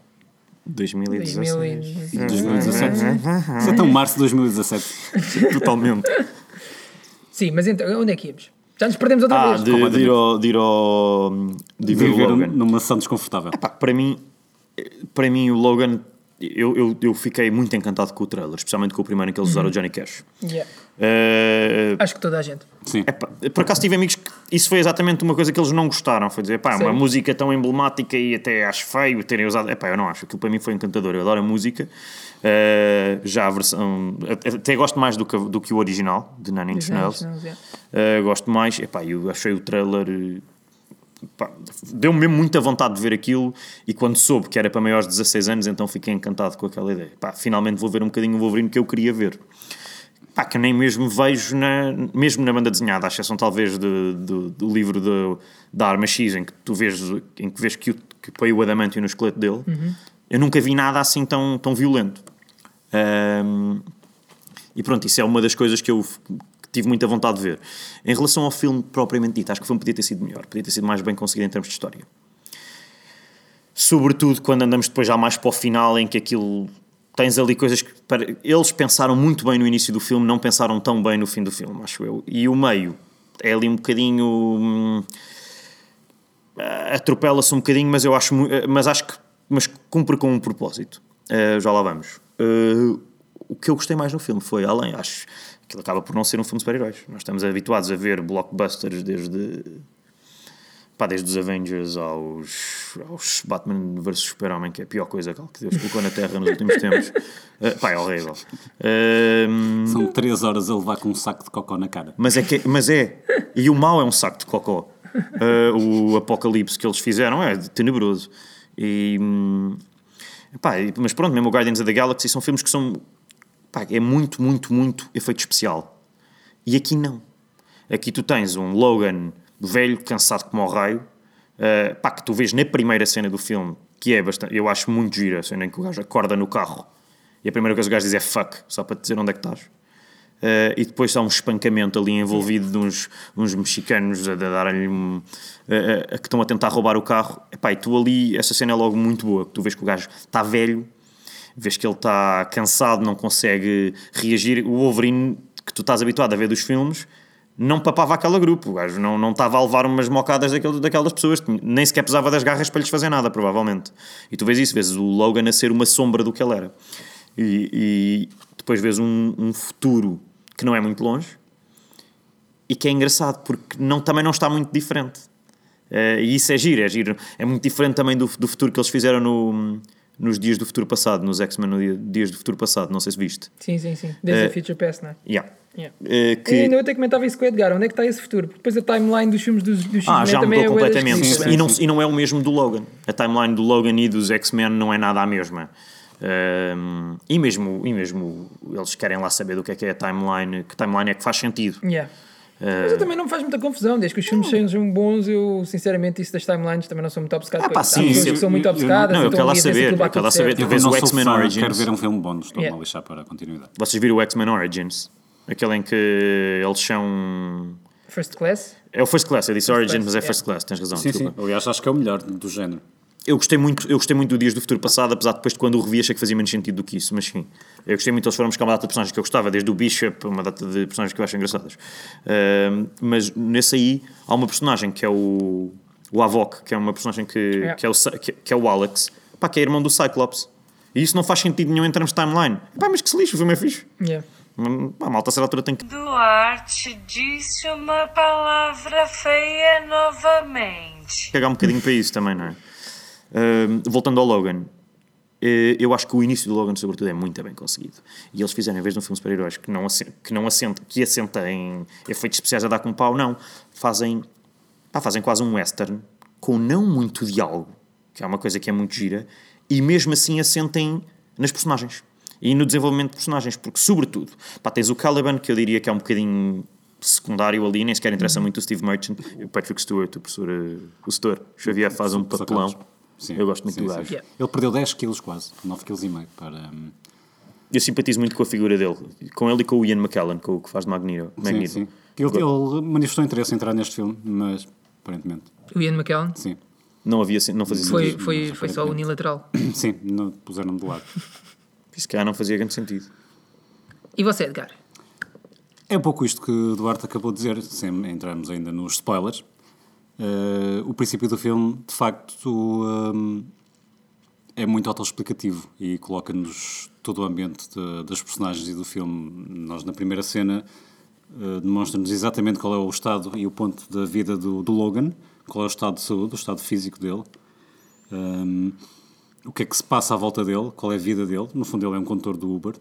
2016. 2017. Isso é tão março de 2017. Totalmente. Sim, mas então, onde é que íamos? Já nos perdemos outra vez. De ir ao... De ver o Viver Logan. numa ação desconfortável. Pá, para mim o Logan, eu fiquei muito encantado com o trailer, especialmente com o primeiro em que eles usaram o Johnny Cash. Yeah. Eh, Acho que toda a gente. Sim. epá, por acaso tive amigos que isso foi exatamente uma coisa que eles não gostaram, foi dizer, pá, uma Sério? música tão emblemática e até acho feio terem usado, epá, eu não acho, aquilo para mim foi encantador, eu adoro a música. Já a versão, até gosto mais do que o original de Nine Inch Nails. Gosto mais, epá, eu achei o trailer, pá, deu-me mesmo muita vontade de ver aquilo, e quando soube que era para maiores de 16 anos, então fiquei encantado com aquela ideia. Pá, finalmente vou ver um bocadinho o Wolverine que eu queria ver. Pá, que eu nem mesmo vejo mesmo na banda desenhada, à exceção talvez do livro da Arma X, em que tu vês que põe o adamantio no esqueleto dele. Eu nunca vi nada assim tão violento. E pronto, isso é uma das coisas que eu tive muita vontade de ver. Em relação ao filme propriamente dito, acho que o filme podia ter sido melhor, podia ter sido mais bem conseguido em termos de história. Sobretudo quando andamos depois já mais para o final, em que aquilo... Tens ali coisas que... Eles pensaram muito bem no início do filme, não pensaram tão bem no fim do filme, acho eu. E o meio é ali um bocadinho... atropela-se um bocadinho, mas eu acho... Mas cumpre com um propósito. Já lá vamos. O que eu gostei mais no filme foi, acho que ele acaba por não ser um filme de super-heróis. Nós estamos habituados a ver blockbusters desde os Avengers aos Batman vs Super-Homem, que é a pior coisa que Deus colocou na Terra nos últimos tempos. É horrível. São 3 horas a levar com um saco de cocó na cara. Mas é. E o mau é um saco de cocó. O Apocalipse que eles fizeram é tenebroso. Mas pronto, mesmo o Guardians of the Galaxy são filmes que são... é muito, muito, muito efeito especial. E aqui não. Aqui tu tens um Logan velho, cansado como ao raio, que tu vês na primeira cena do filme, que é bastante... Eu acho muito gira a cena em que o gajo acorda no carro e a primeira coisa que o gajo diz é fuck, só para te dizer onde é que estás. e depois há um espancamento ali envolvido de uns mexicanos a darem-lhe que estão a tentar roubar o carro. Epá, e tu ali, essa cena é logo muito boa. Tu vês que o gajo está velho, vês que ele está cansado, não consegue reagir. O Wolverine, que tu estás habituado a ver dos filmes, não papava aquela grupo. O gajo não estava a levar umas mocadas daquelas pessoas, nem sequer precisava das garras para lhes fazer nada, provavelmente. E tu vês isso, vês o Logan a ser uma sombra do que ele era. E depois vês um futuro que não é muito longe e que é engraçado, porque também não está muito diferente. E isso é giro. É muito diferente também do futuro que eles fizeram nos Dias do Futuro Passado, nos X-Men no Dias do Futuro Passado, não sei se viste. Sim. Desde a Future Past, não é? Yeah. E ainda eu até comentava isso com o Edgar, onde é que está esse futuro? Porque depois a timeline dos filmes dos X-Men já também mudou é completamente. esquisita. E não é o mesmo do Logan. A timeline do Logan e dos X-Men não é nada a mesma. E mesmo eles querem lá saber do que é a timeline, que timeline é que faz sentido. Mas eu também não me faz muita confusão, desde que os filmes sejam bons. Eu sinceramente isso das timelines também não sou muito obcecado. Há pessoas que são muito obcecadas. eu quero lá saber. Tu vês o X-Men Origins. Quero ver um filme bom, estou-me a lixar para a continuidade. Vocês viram o X-Men Origins? Aquele em que eles são... First Class? É o First Class, eu disse Origins, mas é First Class, tens razão. Sim. Aliás, acho que é o melhor do género. Eu gostei muito do Dias do Futuro Passado, apesar de depois de quando o revi achei que fazia menos sentido do que isso, mas sim. Eu gostei muito, eles foram buscar uma data de personagens que eu gostava, desde o Bishop, uma data de personagens que eu acho engraçadas. Mas nesse aí há uma personagem que é o Havok, que é uma personagem que é o Alex, pá, que é irmão do Cyclops. E isso não faz sentido nenhum em termos de timeline. Pá, mas que se lixe, o filme é fixe. A malta a certa altura tem que... Duarte disse uma palavra feia novamente. Cagar um bocadinho para isso também, não é? Voltando ao Logan, eu acho que o início do Logan, sobretudo, é muito bem conseguido. E eles fizeram, em vez de um filme de super-heróis que assenta em efeitos especiais a dar com um pau, não. Fazem quase um western com não muito diálogo, que é uma coisa que é muito gira, e mesmo assim assentem nas personagens e no desenvolvimento de personagens, porque, sobretudo, tens o Caliban, que eu diria que é um bocadinho secundário ali, nem sequer interessa muito o Steve Merchant, o Patrick Stewart, o professor, o setor, Xavier faz um papelão. Sim, eu gosto muito do gajo. Ele perdeu 10 quilos quase, 9,5 kg para... Eu simpatizo muito com a figura dele, com ele e com o Ian McKellen, com o que faz de Magneto. Sim. Ele manifestou interesse em entrar neste filme, mas aparentemente... O Ian McKellen? Sim. Não fazia sentido. Foi só unilateral. Sim, puseram-me de lado. Isso cá não fazia grande sentido. E você, Edgar? É um pouco isto que o Duarte acabou de dizer, sem entrarmos ainda nos spoilers. O princípio do filme, de facto, é muito autoexplicativo e coloca-nos todo o ambiente das personagens e do filme. Nós, na primeira cena, demonstra-nos exatamente qual é o estado e o ponto da vida do Logan, qual é o estado de saúde, o estado físico dele, o que é que se passa à volta dele, qual é a vida dele. No fundo, ele é um condutor do Uber.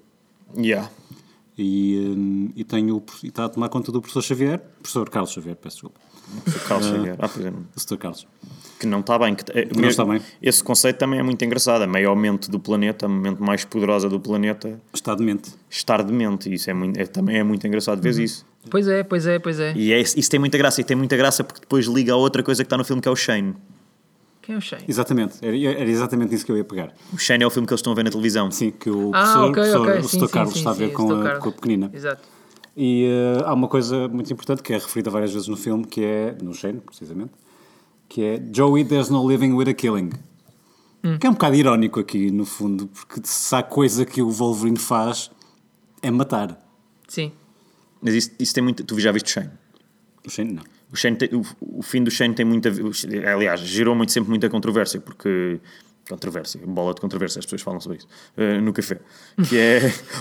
E está a tomar conta do professor Carlos Xavier, peço desculpa. O Carlos Xavier, o Sr. Carlos. Que não está bem. Não está bem. Esse conceito também é muito engraçado. A meio mente do planeta, a mente mais poderosa do planeta... Está demente. Estar demente. E isso também é muito engraçado ver isso. Pois é. E isso tem muita graça. E tem muita graça porque depois liga a outra coisa que está no filme, que é o Shane. Quem é o Shane? Exatamente. Era exatamente isso que eu ia pegar. O Shane é o filme que eles estão a ver na televisão. Sim, que o o Sr. Carlos está a ver com a pequenina. Exato. E há uma coisa muito importante que é referida várias vezes no filme, que é, no Shane, precisamente, que é Joey, there's no living with a killing. Que é um bocado irónico aqui, no fundo, porque se há coisa que o Wolverine faz é matar. Sim. Mas isso tem muito... Tu já viste o Shane? O Shane, não. O fim do Shane tem muita... Aliás, gerou sempre muita controvérsia, porque... bola de controvérsia, as pessoas falam sobre isso no café, que é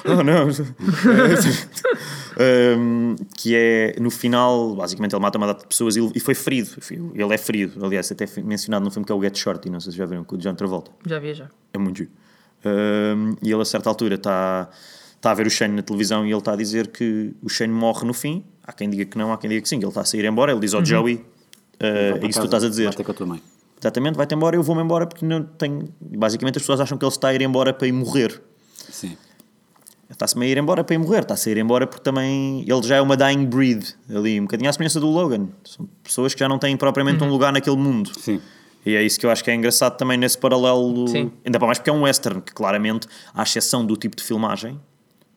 que é, no final, basicamente ele mata uma data de pessoas e foi ferido. Ele é ferido, aliás, até mencionado num filme que é o Get Shorty, não sei se já viram, com o John Travolta. Já. É muito giro. E ele a certa altura está a ver o Shane na televisão e ele está a dizer que o Shane morre no fim. Há quem diga que não, há quem diga que sim, ele está a sair embora. Ele diz ao Joey, é isso que tu estás a dizer. Vai ter com a tua mãe. Exatamente, vai-te embora, eu vou-me embora porque não tenho... Basicamente as pessoas acham que ele está a ir embora para ir morrer. Sim. Está-se a ir embora para ir morrer, está-se a ir embora porque também ele já é uma dying breed ali, um bocadinho à semelhança do Logan. São pessoas que já não têm propriamente um lugar naquele mundo. Sim. E é isso que eu acho que é engraçado também nesse paralelo. Sim. Ainda para mais porque é um western, que claramente, à exceção do tipo de filmagem,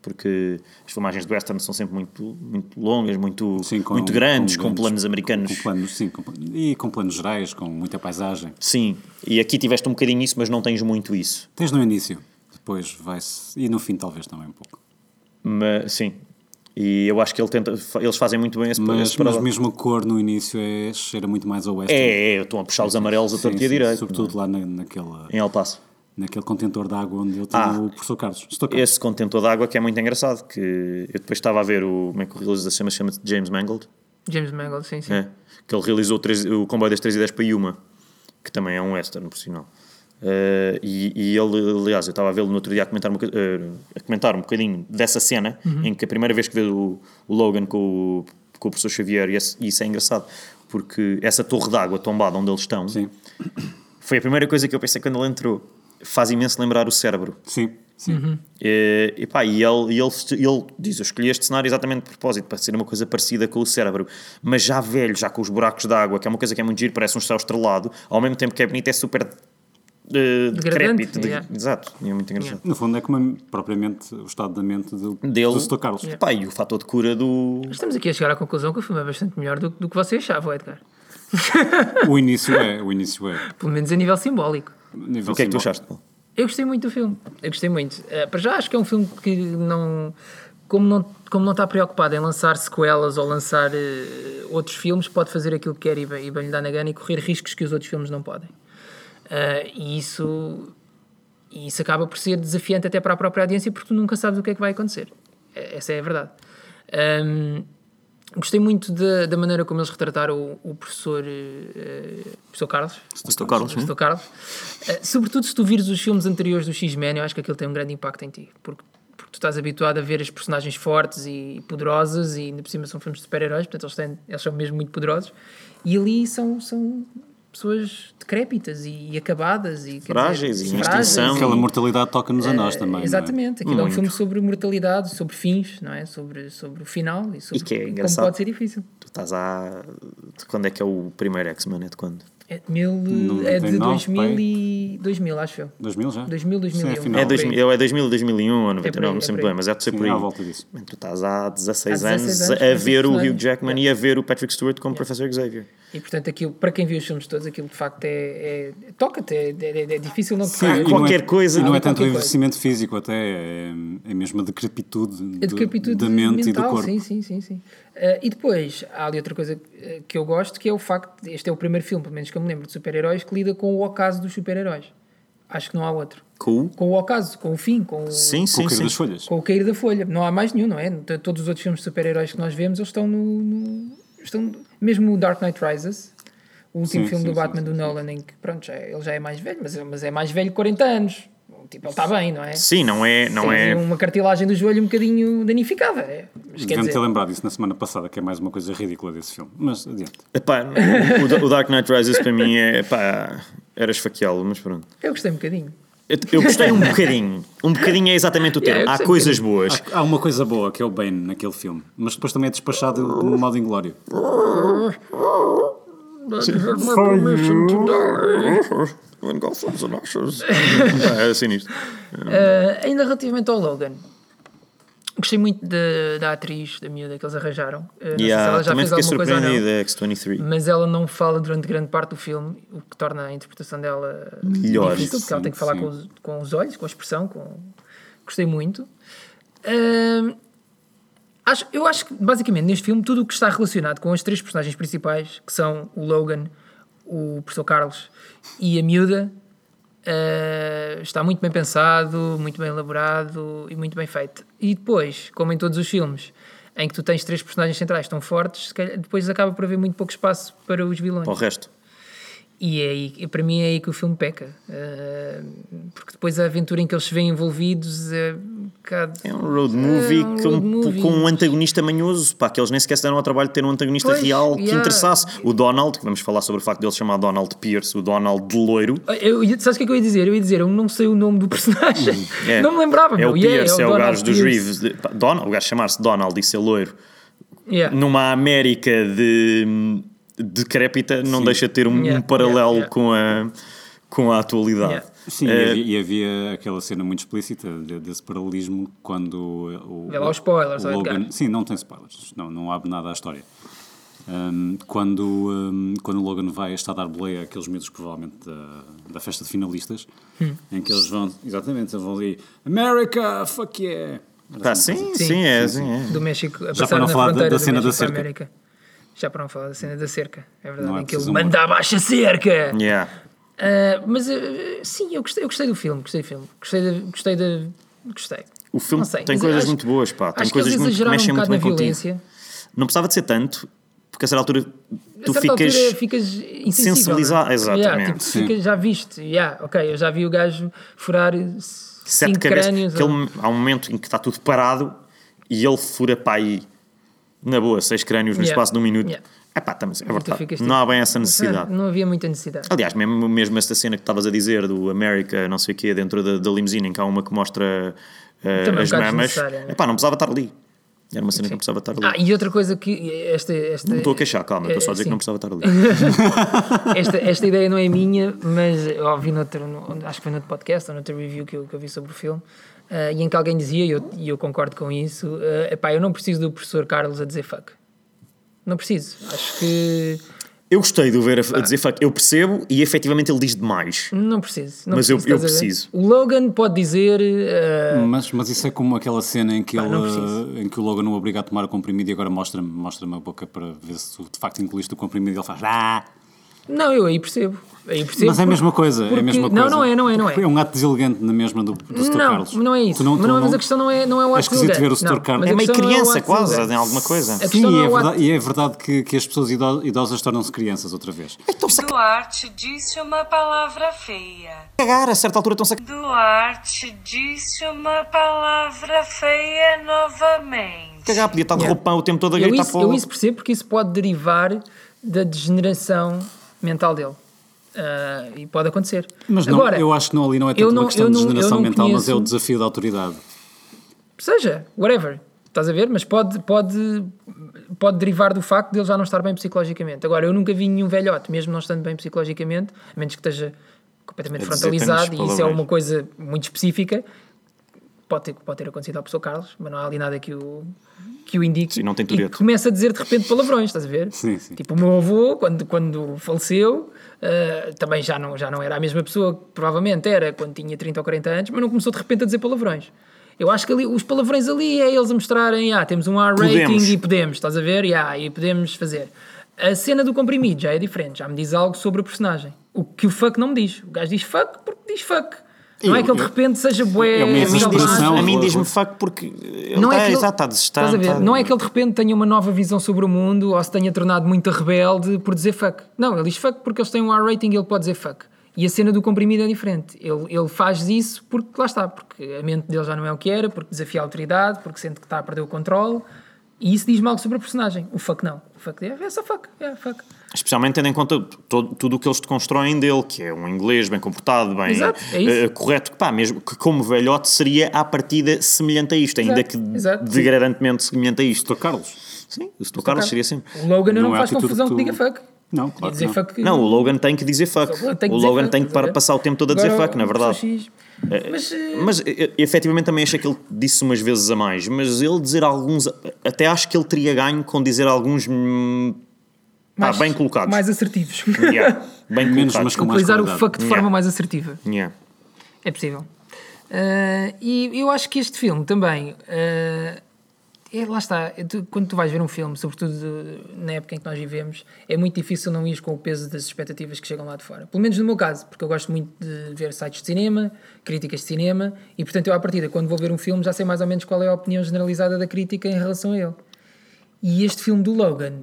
porque as filmagens de western são sempre muito, muito longas, muito, Sim, muito grandes, com planos americanos. E com planos gerais, com muita paisagem. Sim, e aqui tiveste um bocadinho isso, mas não tens muito isso. Tens no início, depois vai-se... E no fim talvez também um pouco. Mas, sim, e eu acho que eles fazem muito bem esse Mas paralelo. mesmo a cor no início cheira muito mais a western. Estão a puxar os amarelos a torta e a Sim, direita. sobretudo lá Em El Paso. naquele contentor de água onde eu tinha o professor Carlos. Esse contentor de água que é muito engraçado, que eu depois estava a ver como é que o realizador chama-se James Mangold. James Mangold, sim. É, que ele realizou o Comboio das 3 e 10 para Yuma, que também é um western, por sinal. E ele, aliás, eu estava a vê-lo no outro dia a comentar um bocadinho dessa cena, em que a primeira vez que vê o Logan com o professor Xavier, e isso é engraçado, porque essa torre de água tombada onde eles estão, Sim. foi a primeira coisa que eu pensei quando ele entrou. Faz imenso lembrar o Cérebro. Sim. E ele diz, eu escolhi este cenário exatamente de propósito, para ser uma coisa parecida com o Cérebro, mas já velho, já com os buracos de água, que é uma coisa que é muito giro, parece um céu estrelado, ao mesmo tempo que é bonito, é super decrépito. Exato, é muito engraçado. No fundo é como propriamente o estado da mente do Sr. Carlos. E o fator de cura do... Estamos aqui a chegar à conclusão que o filme é bastante melhor do que você achava, Edgar. O início é. Pelo menos a nível simbólico. O que é que tu achaste, Paulo? Eu gostei muito do filme. Eu gostei muito. Para já acho que é um filme que não... Como não está preocupado em lançar sequelas ou lançar outros filmes, pode fazer aquilo que quer e bem lhe dá na gana e correr riscos que os outros filmes não podem. E isso acaba por ser desafiante até para a própria audiência, porque tu nunca sabes o que é que vai acontecer. Essa é a verdade. Gostei muito da maneira como eles retrataram o professor Carlos. Professor Carlos. Sobretudo se tu vires os filmes anteriores do X-Men, eu acho que aquilo tem um grande impacto em ti, porque tu estás habituado a ver as personagens fortes e poderosas, e ainda por cima são filmes de super-heróis, portanto eles são mesmo muito poderosos, e ali são pessoas decrépitas e acabadas e frágeis e em extinção. Aquela mortalidade toca-nos a nós também. Exatamente, aquilo é um filme sobre mortalidade, sobre fins, não é? sobre o final e sobre que é como pode ser difícil. Tu estás quando é que é o primeiro X-Men? É de quando? É de 2000, acho eu. 2000 já? 2000, Sim, 2001. É 2000, 2001 ou 99, não sei muito bem, mas é de ser por aí. À volta disso. Tu estás há 16 anos a ver o Hugh Jackman e a ver o Patrick Stewart como Professor Xavier. E portanto aquilo, para quem viu os filmes todos, aquilo de facto toca-te, é difícil não tocar. Sim, qualquer coisa. E não é tanto o envelhecimento físico, até é mesmo a decrepitude da mente mental, e do corpo. Sim. E depois há ali outra coisa que eu gosto, que é o facto de este é o primeiro filme, pelo menos que eu me lembro, de super-heróis que lida com o ocaso dos super-heróis. Acho que não há outro. Com o ocaso, com o fim, com o cair das folhas. Com o cair da folha. Não há mais nenhum, não é? Todos os outros filmes de super-heróis que nós vemos, eles estão mesmo o Dark Knight Rises, o último filme do Batman do Nolan, em que pronto, ele já é mais velho, mas é mais velho que 40 anos. Tipo, ele está bem, não é? Sim, não é. Tem uma cartilagem do joelho um bocadinho danificada. Devem ter lembrado isso na semana passada, que é mais uma coisa ridícula desse filme. Mas adiante. O Dark Knight Rises para mim era esfaqueá-lo, mas pronto. Eu gostei um bocadinho. Eu gostei um bocadinho. Um bocadinho é exatamente o termo. Há coisas boas. Há uma coisa boa, que é o Bane naquele filme. Mas depois também é despachado no modo inglório. When Gotham's an ashes. É assim nisto. Ainda relativamente ao Logan, gostei muito da atriz, da miúda que eles arranjaram. Não sei se ela já também fez fiquei alguma coisa ou surpreendido, não, X-23. mas ela não fala durante grande parte do filme, o que torna a interpretação dela melhor. difícil, porque ela tem que falar com os olhos, com a expressão. Gostei muito. Eu acho que basicamente neste filme tudo o que está relacionado com as três personagens principais, que são o Logan, o professor Carlos e a miúda, está muito bem pensado, muito bem elaborado e muito bem feito. E depois, como em todos os filmes em que tu tens três personagens centrais tão fortes, depois acaba por haver muito pouco espaço para os vilões. Para o resto. E para mim é aí que o filme peca, porque depois a aventura em que eles se veem envolvidos é um bocado... É um road movie, com um antagonista manhoso, que eles nem sequer se deram ao trabalho de ter um antagonista real que interessasse. O Donald, que vamos falar sobre o facto de ele se chamar Donald Pierce, o Donald de loiro. Sabes o que é que eu ia dizer? Eu não sei o nome do personagem. Não me lembrava. É o Pierce, é o gajo dos Reeves. O gajo chamar-se Donald e ser loiro. Numa América decrépita, não deixa de ter um paralelo com a atualidade. Sim, e havia aquela cena muito explícita desse paralelismo quando Vê lá os spoilers, o ó, Logan... Edgar. Sim, não tem spoilers, não abre nada à história. Quando o Logan vai estar a dar boleia àqueles miúdos, provavelmente da festa de finalistas, em que eles vão, exatamente, eles vão ali, America, fuck yeah! Pá, sim, é. Do México a Já passar para não na falar fronteira da do cena México da para a cerca. América. Já para não falar da cena da cerca, é verdade, Não é em que ele preciso manda abaixo a cerca. Yeah. Mas sim, eu gostei do filme, gostei. O filme Não sei, tem mas coisas acho- muito boas, pá. Tem Acho que coisas eles muito que exageraram mexem um muito bocado bem na contigo. violência. Não precisava de ser tanto, porque a certa altura tu A certa ficas... altura ficas insensível, sensibilizado, não é? exatamente. Tipo, já viste, ok, eu já vi o gajo furar 5 cabeças, crânios. há um momento em que está tudo parado e ele fura para aí, na boa, 6 crânios no espaço de 1 minuto. Yeah. Estamos, é E tu verdade. ficas Não tipo, há bem essa necessidade. Não havia muita necessidade. Aliás, mesmo esta cena que estavas a dizer do America, não sei o quê, dentro da limusine, em que há uma que mostra Também as um bocado mamas. desnecessária, né? Não precisava estar ali. Era uma cena que não precisava estar ali. E outra coisa que Não estou a queixar, calma, estou só a dizer que não precisava estar ali. esta ideia não é minha, mas eu ouvi acho que foi noutro podcast ou noutro review que eu vi sobre o filme, e em que alguém dizia, e eu concordo com isso, eu não preciso do professor Carlos a dizer fuck. Não preciso. Acho que Eu gostei de o ver a dizer fuck. Eu percebo e efetivamente ele diz demais. não preciso. Mas eu estás a ver? preciso. O Logan pode dizer... Mas isso é como aquela cena em que, não preciso. em que o Logan o obriga a tomar o comprimido e agora mostra-me a boca para ver se de facto incluíste o comprimido e ele faz Não, eu aí percebo. Mas é a mesma coisa, é a mesma coisa. Não é. É um ato deselegante na mesma do Sr. Carlos. Não é isso. Mas a questão não é o É ato esquisito elegante. ver o Sr. Não, Carlos. mas É a meio questão não o criança ato quase, elegante. em alguma coisa. A questão Sim, não é o ato- verdade, e é verdade que as pessoas idosas tornam-se crianças outra vez. Duarte disse uma palavra feia. Cagar, a certa altura estão-se a Duarte disse uma palavra feia novamente. cagar. Podia estar de roupão o tempo todo a Eu gritar isso percebo porque isso pode derivar da degeneração mental dele. E pode acontecer. Mas não, Agora, eu acho que ali não é tanto uma questão de degeneração mental, mas é o desafio da autoridade. seja, whatever, estás a ver? Mas pode derivar do facto de ele já não estar bem psicologicamente. Agora, eu nunca vi nenhum velhote, mesmo não estando bem psicologicamente, a menos que esteja completamente A dizer frontalizado, tantos e isso é palavrões. uma coisa muito específica, pode ter acontecido ao professor Carlos, mas não há ali nada que o indique. Sim, não tem e Tourette. começa a dizer de repente palavrões, estás a ver? Sim, sim. Tipo, o meu avô, quando faleceu, também já não era a mesma pessoa que provavelmente era quando tinha 30 ou 40 anos, mas não começou de repente a dizer palavrões. Eu acho que ali, os palavrões ali é eles a mostrarem, temos um R rating Podemos. e podemos, estás a ver? E podemos fazer. A cena do comprimido já é diferente, já me diz algo sobre a personagem. O que o fuck não me diz. O gajo diz fuck porque diz fuck. Não é que ele de repente seja bué... É uma exasperação. A mim diz-me fuck porque ele Não está é que ele- está desestado. Estás a ver? Não é que ele de repente tenha uma nova visão sobre o mundo ou se tenha tornado muito rebelde por dizer fuck. Não, ele diz fuck porque eles têm um R rating e ele pode dizer fuck. E a cena do comprimido é diferente. Ele faz isso porque, lá está, porque a mente dele já não é o que era, porque desafia a autoridade, porque sente que está a perder o controle. E isso diz-me algo sobre a personagem. O fuck não. O fuck é só fuck. É fuck. Especialmente tendo em conta tudo o que eles te constroem dele, que é um inglês bem comportado, bem Exato, é isso. correto, que mesmo que como velhote seria à partida semelhante a isto, ainda que exato. degradantemente semelhante a isto. Sr. Carlos? Sim, o Sr. Carlos seria sempre. O Logan Não não é faz atitude confusão que que tu- diga fuck. Não, E claro que dizer não. fuck... Não, o Logan tem que dizer fuck. tem que O dizer Logan fuck, tem que estás a ver? passar o tempo todo a dizer Agora, fuck, na o verdade. pessoa X, mas... Mas efetivamente também achei que ele disse umas vezes a mais, mas ele dizer alguns, até acho que ele teria ganho com dizer alguns bem colocados. Mais assertivos. Yeah, bem Menos, colocados. mas com mais Utilizar o qualidade. fuck de Yeah. forma mais assertiva. Yeah. É possível. E eu acho que este filme também... lá está, quando tu vais ver um filme, sobretudo na época em que nós vivemos, é muito difícil não ir com o peso das expectativas que chegam lá de fora. Pelo menos no meu caso, porque eu gosto muito de ver sites de cinema, críticas de cinema, e portanto eu à partida, quando vou ver um filme, já sei mais ou menos qual é a opinião generalizada da crítica em relação a ele. E este filme do Logan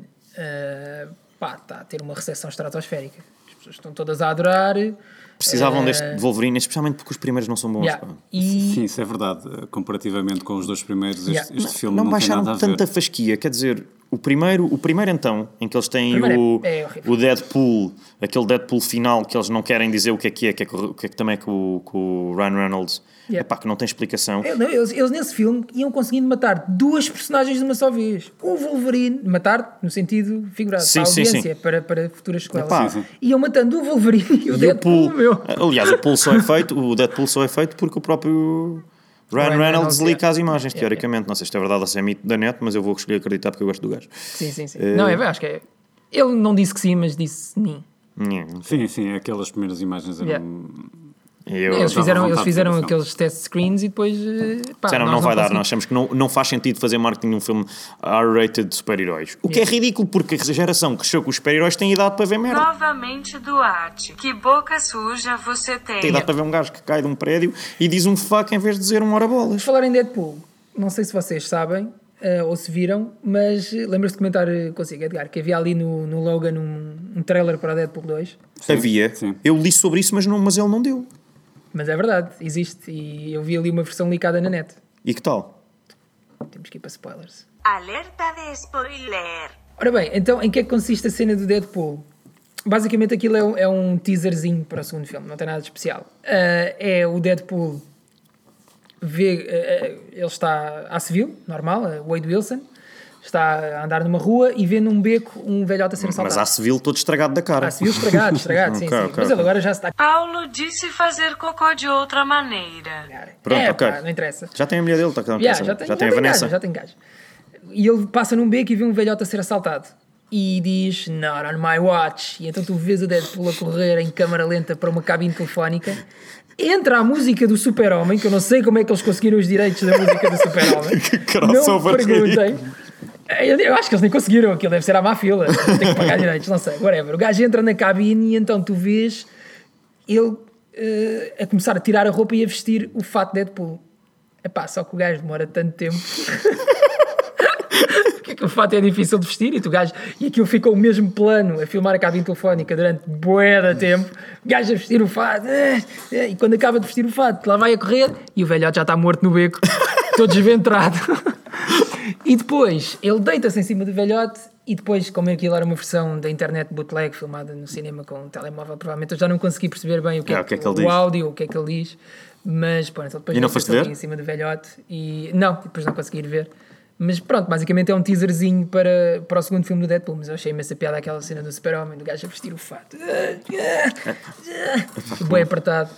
está a ter uma recepção estratosférica. As pessoas estão todas a adorar. Precisavam deste de Wolverine, especialmente porque os primeiros não são bons. Yeah. Pá. Sim, isso é verdade. Comparativamente com os dois primeiros, este filme Não não tem baixaram nada a ver. tanta fasquia, quer dizer, O primeiro então, em que eles têm é horrível. o Deadpool, aquele Deadpool final que eles não querem dizer o que é que também é com o Ryan Reynolds. Yeah. Epá, que não tem explicação. Eles nesse filme iam conseguindo matar 2 personagens de uma só vez. O Wolverine, matar no sentido figurado, Sim, para a sim, audiência, para futuras sequelas. Epá. Iam matando o Wolverine e o E Deadpool, meu. Aliás, o Deadpool só é feito porque o próprio Ryan Reynolds liga as imagens, teoricamente. Não sei se é verdade ou se é mito da net, mas eu vou escolher acreditar porque eu gosto do gajo. Sim. Não, acho que é. Ele não disse que sim, mas disse sim. Sim, aquelas primeiras imagens eram... Yeah. Eles fizeram aqueles test screens e depois... não vai dar, nós achamos que não faz sentido fazer marketing num filme R-rated de super-heróis. O que é ridículo, porque a geração que cresceu com os super-heróis tem idade para ver merda. Novamente, Duarte. Que boca suja você tem. Tem idade para ver um gajo que cai de um prédio e diz um fuck em vez de dizer um ora bolas. Por falar em Deadpool, não sei se vocês sabem ou se viram, mas lembras-te de comentar consigo, Edgar, que havia ali no Logan um trailer para Deadpool 2? Havia. Sim. Eu li sobre isso, mas ele não deu. Mas é verdade, existe. E eu vi ali uma versão licada na net. E que tal? Temos que ir para spoilers. Alerta de spoiler. Ora bem, então em que é que consiste a cena do Deadpool? Basicamente aquilo é um teaserzinho para o segundo filme, não tem nada de especial. É o Deadpool ele está à civil, normal, o Wade Wilson, está a andar numa rua e vê num beco um velhote a ser assaltado. Mas há civil todo estragado da cara. Há civil estragado, sim. Ok. Mas ele agora já está... Paulo disse fazer cocô de outra maneira. Pronto, ok. Não interessa. Já tem a mulher dele, já tem a Vanessa. Já tem gajo. E ele passa num beco e vê um velhote a ser assaltado. E diz, not on my watch. E então tu vês o Deadpool a correr em câmara lenta para uma cabine telefónica. Entra a música do Super-Homem, que eu não sei como é que eles conseguiram os direitos da música do Super-Homem. Não me perguntem. Eu acho que eles nem conseguiram, aquilo deve ser à má fila, tem que pagar direitos, não sei, whatever. O gajo entra na cabine e então tu vês ele a começar a tirar a roupa e a vestir o fato de Deadpool. Epá, só que o gajo demora tanto tempo que o fato é difícil de vestir e aquilo ficou o mesmo plano a filmar a cabine telefónica durante bué de tempo, o gajo a vestir o fato e quando acaba de vestir o fato lá vai a correr e o velhote já está morto no beco, todo desventrado. E depois ele deita-se em cima do velhote e depois, como aquilo era uma versão da internet bootleg filmada no cinema com um telemóvel, provavelmente eu já não consegui perceber bem o que é que ele diz. Áudio, o que é que ele diz, mas pronto, então depois e não foste ver? Em cima do velhote e não, depois não consegui ir ver. Mas pronto, basicamente é um teaserzinho para o segundo filme do Deadpool, mas eu achei imensa piada aquela cena do Super-Homem, do gajo a vestir o fato. Bem apertado.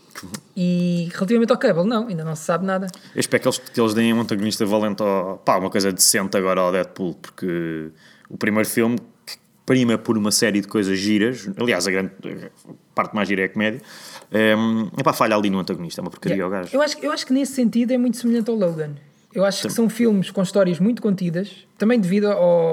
E relativamente ao Cable, não, ainda não se sabe nada. Eu espero que eles deem um antagonista valente uma coisa decente agora ao Deadpool, porque o primeiro filme que prima por uma série de coisas giras, aliás a grande parte mais gira é a comédia, falha ali no antagonista, é uma porcaria ao gajo. Eu acho que nesse sentido é muito semelhante ao Logan. Eu acho que são filmes com histórias muito contidas, também devido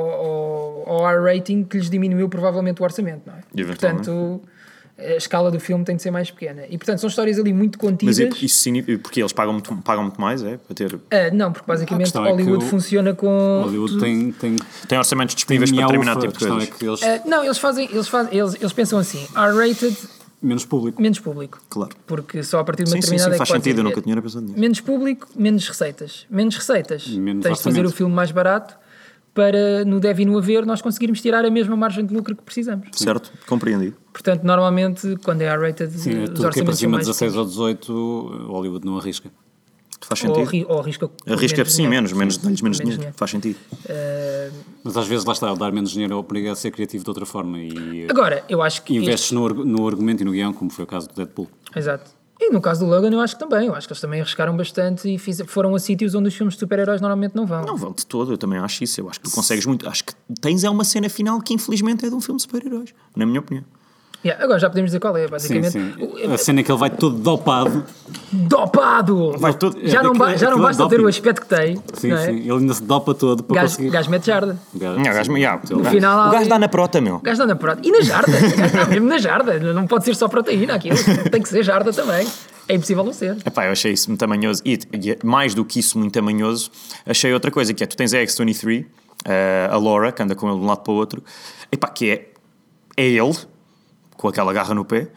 ao R-rating que lhes diminuiu provavelmente o orçamento, não é? Portanto, a escala do filme tem de ser mais pequena. E, portanto, são histórias ali muito contidas. Mas isso significa... Porque eles pagam muito mais, é? Para ter... não, porque basicamente Hollywood funciona com... Hollywood tem orçamentos disponíveis para determinado tipo de coisas. É que eles... não, eles pensam assim, R-rated... Menos público. Claro. Porque só a partir de uma determinada... Sim, faz sentido, eu nunca tinha pensado nisso. Menos público, menos receitas. Menos receitas. Tens de fazer o filme mais barato para, no deve e no haver, nós conseguirmos tirar a mesma margem de lucro que precisamos. Certo, compreendido. Portanto, normalmente, quando é R-rated, os orçamentos que é para cima de mais 16 ou 18, Hollywood não arrisca. Faz sentido. Ou arrisca sim, menos dinheiro. Faz sentido. Mas às vezes, lá está, dar menos dinheiro obriga a ser criativo de outra forma. E agora, eu acho que... investes no argumento e no guião, como foi o caso do Deadpool. Exato. E no caso do Logan, eu acho que também. Eu acho que eles também arriscaram bastante e foram a sítios onde os filmes de super-heróis normalmente não vão. Não vão de todo, eu também acho isso. Eu acho que tu consegues muito. Acho que tens uma cena final que infelizmente é de um filme de super-heróis, na minha opinião. Agora já podemos dizer qual é, basicamente. Sim. A cena é que ele vai todo dopado. Dopado! Vai todo... Já não basta ter o aspecto que tem. Sim, sim. Ele ainda se dopa todo para conseguir. O gajo mete jarda. O final, o gajo dá na prota, meu. O gajo dá na prota. E na jarda. O gajo está mesmo na jarda. Não pode ser só proteína aquilo. Tem que ser jarda também. É impossível não ser. Epá, eu achei isso muito tamanhoso. E mais do que isso, muito tamanhoso, achei outra coisa, que é, tu tens a X-23, a Laura, que anda com ele de um lado para o outro, epá, que é ele, com aquela garra no pé,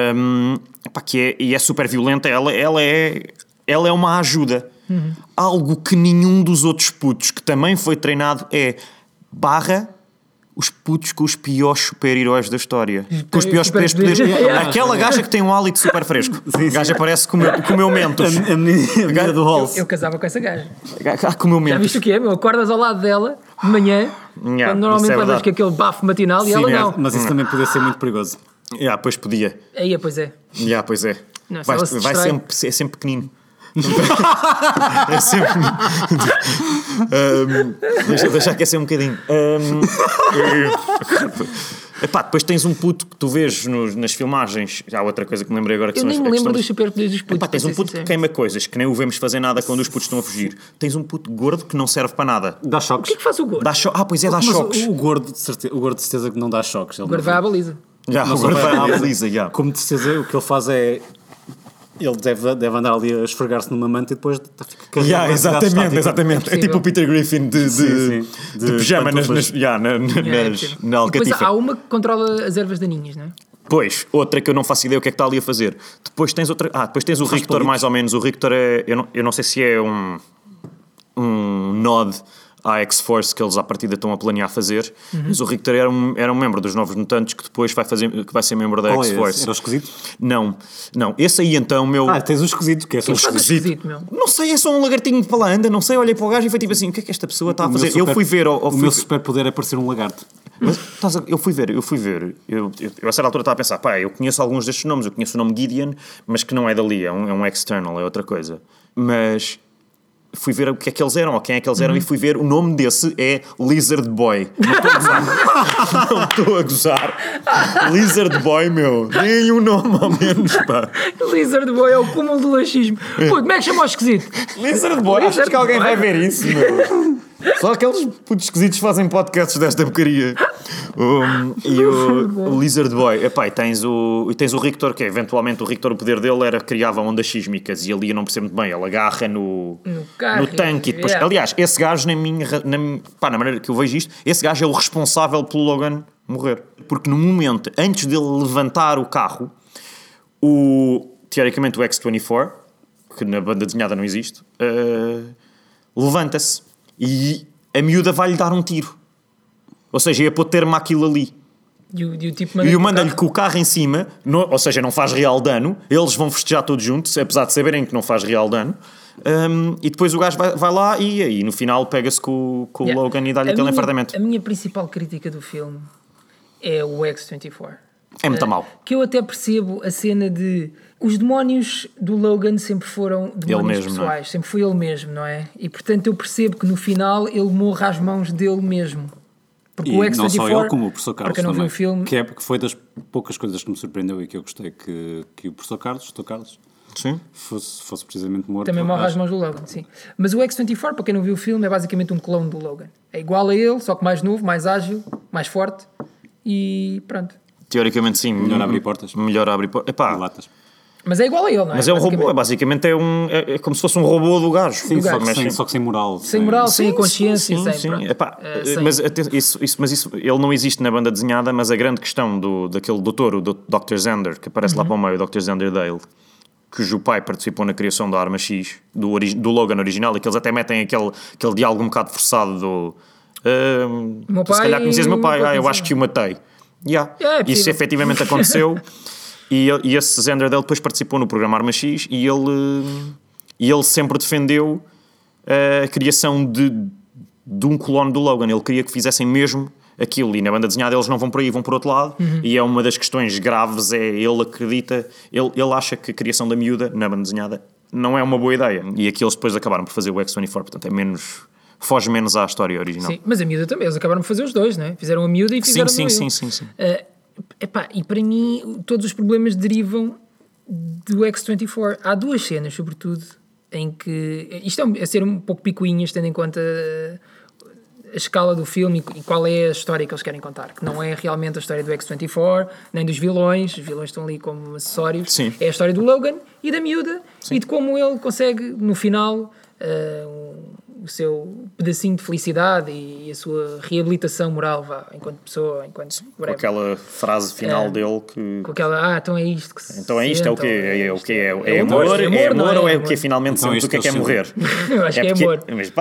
e é super violenta. Ela é uma ajuda. Algo que nenhum dos outros putos que também foi treinado é. barra os putos com os piores super-heróis da história. Com os piores Superpoderes. poderes. Aquela gaja que tem um hálito super fresco. A gaja parece com o meu Mentos. A menina do Halls. Eu casava com essa gaja. Com o meu Já Mentos. viste o que é, meu? Acordas ao lado dela de manhã, quando normalmente isso é levas verdade. com aquele bafo matinal e ela não. Mas isso também podia ser muito perigoso. Pois podia. Aí, pois é. Pois é. Não, se Vai ela se distrai. sempre, é sempre pequenino. É sempre. Deixa aquecer um bocadinho. Depois tens um puto que tu vês nas filmagens. Já há outra coisa que me lembrei agora que Eu são nem as me lembro questões- dos superpoderes dos putos. Tens um para ser puto que sincero. queima coisas, que nem o vemos fazer nada quando os putos estão a fugir. Tens um puto gordo que não serve para nada. Dá O choques. que é que faz o gordo? Pois é, dá Mas choques. o gordo, de certeza que não dá choques. Ele O gordo vai à baliza. Já, não o gordo só vai vai- à baliza, já. Como de certeza, o que ele faz é... Ele deve andar ali a esfregar-se numa manta e depois fica carregado. Exatamente. É tipo o Peter Griffin de Sim. de pijama na É possível. E depois alcatifa. há uma que controla as ervas daninhas, não é? Pois, outra que eu não faço ideia o que é que está ali a fazer. Depois tens outra. Depois tens o Rictor, palitos. mais ou menos. O Rictor é. Eu não sei se é um nod à X-Force que eles à partida estão a planear fazer, mas o Rictor era um membro dos Novos Mutantes que depois que vai ser membro da Qual é esse? X-Force. Era o esquisito? Não. Esse aí então, meu. Tens o esquisito, que é só Faz esquisito, meu. Não sei, é só um lagartinho que para lá anda, não sei, olhei para o gajo e foi tipo assim, o que é que esta pessoa está a fazer? Eu fui ver... O meu superpoder é parecer um lagarto. Mas, eu fui ver. Eu a certa altura estava a pensar, eu conheço alguns destes nomes, eu conheço o nome Gideon, mas que não é dali, é um external, é outra coisa. Mas fui ver o que é que eles eram, ou quem é que eles eram, e fui ver, o nome desse é Lizard Boy. Não estou a gozar. Não estou a gozar. Lizard Boy, meu. Nem um nome ao menos, pá. Lizard Boy é o cúmulo do laxismo. Pô, como é que chama o esquisito? Lizard Boy, achas que alguém vai ver isso, meu? Só aqueles putos esquisitos fazem podcasts desta porcaria. O Lizard Boy, e tens o Rictor, que eventualmente o Rictor, o poder dele era criava ondas sísmicas, e ali eu não percebo muito bem, ele agarra no tanque e depois, aliás, esse gajo na maneira que eu vejo isto, esse gajo é o responsável pelo Logan morrer, porque no momento antes dele levantar o carro, teoricamente o X-24, que na banda desenhada não existe, levanta-se e a miúda vai-lhe dar um tiro. Ou seja, ia pôr termo àquilo ali. E o manda-lhe com o carro em cima, ou seja, não faz real dano. Eles vão festejar todos juntos, apesar de saberem que não faz real dano. E depois o gajo vai lá e aí no final pega-se com o Logan e dá-lhe aquele enfardamento. A minha principal crítica do filme é o X-24. É muito mal. Que eu até percebo a cena de... Os demónios do Logan sempre foram demónios mesmo, pessoais. não é? Sempre foi ele mesmo, não é? E portanto eu percebo que no final ele morra às mãos dele mesmo. Porque E o X-24... não só ele, como o professor Carlos Porque eu não vi também. o filme... Que foi das poucas coisas que me surpreendeu e que eu gostei que o professor Carlos, Sim. fosse precisamente morto. Também morre às mãos do Logan, sim. Mas o X-24, para quem não viu o filme, é basicamente um clone do Logan. É igual a ele, só que mais novo, mais ágil, mais forte e pronto. Teoricamente sim. Melhor abrir portas. Latas. Mas é igual a ele, não é? Mas é um robô, basicamente é como se fosse um robô do gajo. Sim, gajo. só que sem moral. Sem moral, sem consciência, sim, sem... sim. pronto. Sem. Mas isso, ele não existe na banda desenhada, mas a grande questão daquele doutor, o Dr. Zender, que aparece lá para o meio, o Dr. Zender Dale, cujo pai participou na criação da Arma X, do Logan original, e que eles até metem aquele diálogo um bocado forçado do... Meu tu se calhar pai- conheces meu pai, eu acho que o matei. É possível. Isso efetivamente aconteceu. E esse Zender Dale depois participou no programa Arma X e ele sempre defendeu a criação de um clone do Logan. Ele queria que fizessem mesmo aquilo, e na banda desenhada eles não vão por aí, vão por outro lado. E é uma das questões graves, ele acredita, ele acha que a criação da miúda na banda desenhada não é uma boa ideia, e aqui eles depois acabaram por fazer o X-24, portanto foge menos à história original. Sim, mas a miúda também, eles acabaram de fazer os dois, não é? Fizeram a miúda e fizeram Sim. E para mim, todos os problemas derivam do X-24. Há duas cenas, sobretudo, em que... Isto é a ser um pouco picuinhas, tendo em conta a escala do filme e qual é a história que eles querem contar. Que não é realmente a história do X-24, nem dos vilões. Os vilões estão ali como acessórios. Sim. É a história do Logan e da miúda. Sim. E de como ele consegue, no final... o seu pedacinho de felicidade e a sua reabilitação moral, enquanto pessoa, enquanto... Com aquela frase final dele que... Com aquela, então é isto que se Então é isto, é o quê? É o quê? É amor, amor? É não amor é? ou é o que finalmente Então sabemos o que é isto morrer? Eu acho que é amor. Mas pá,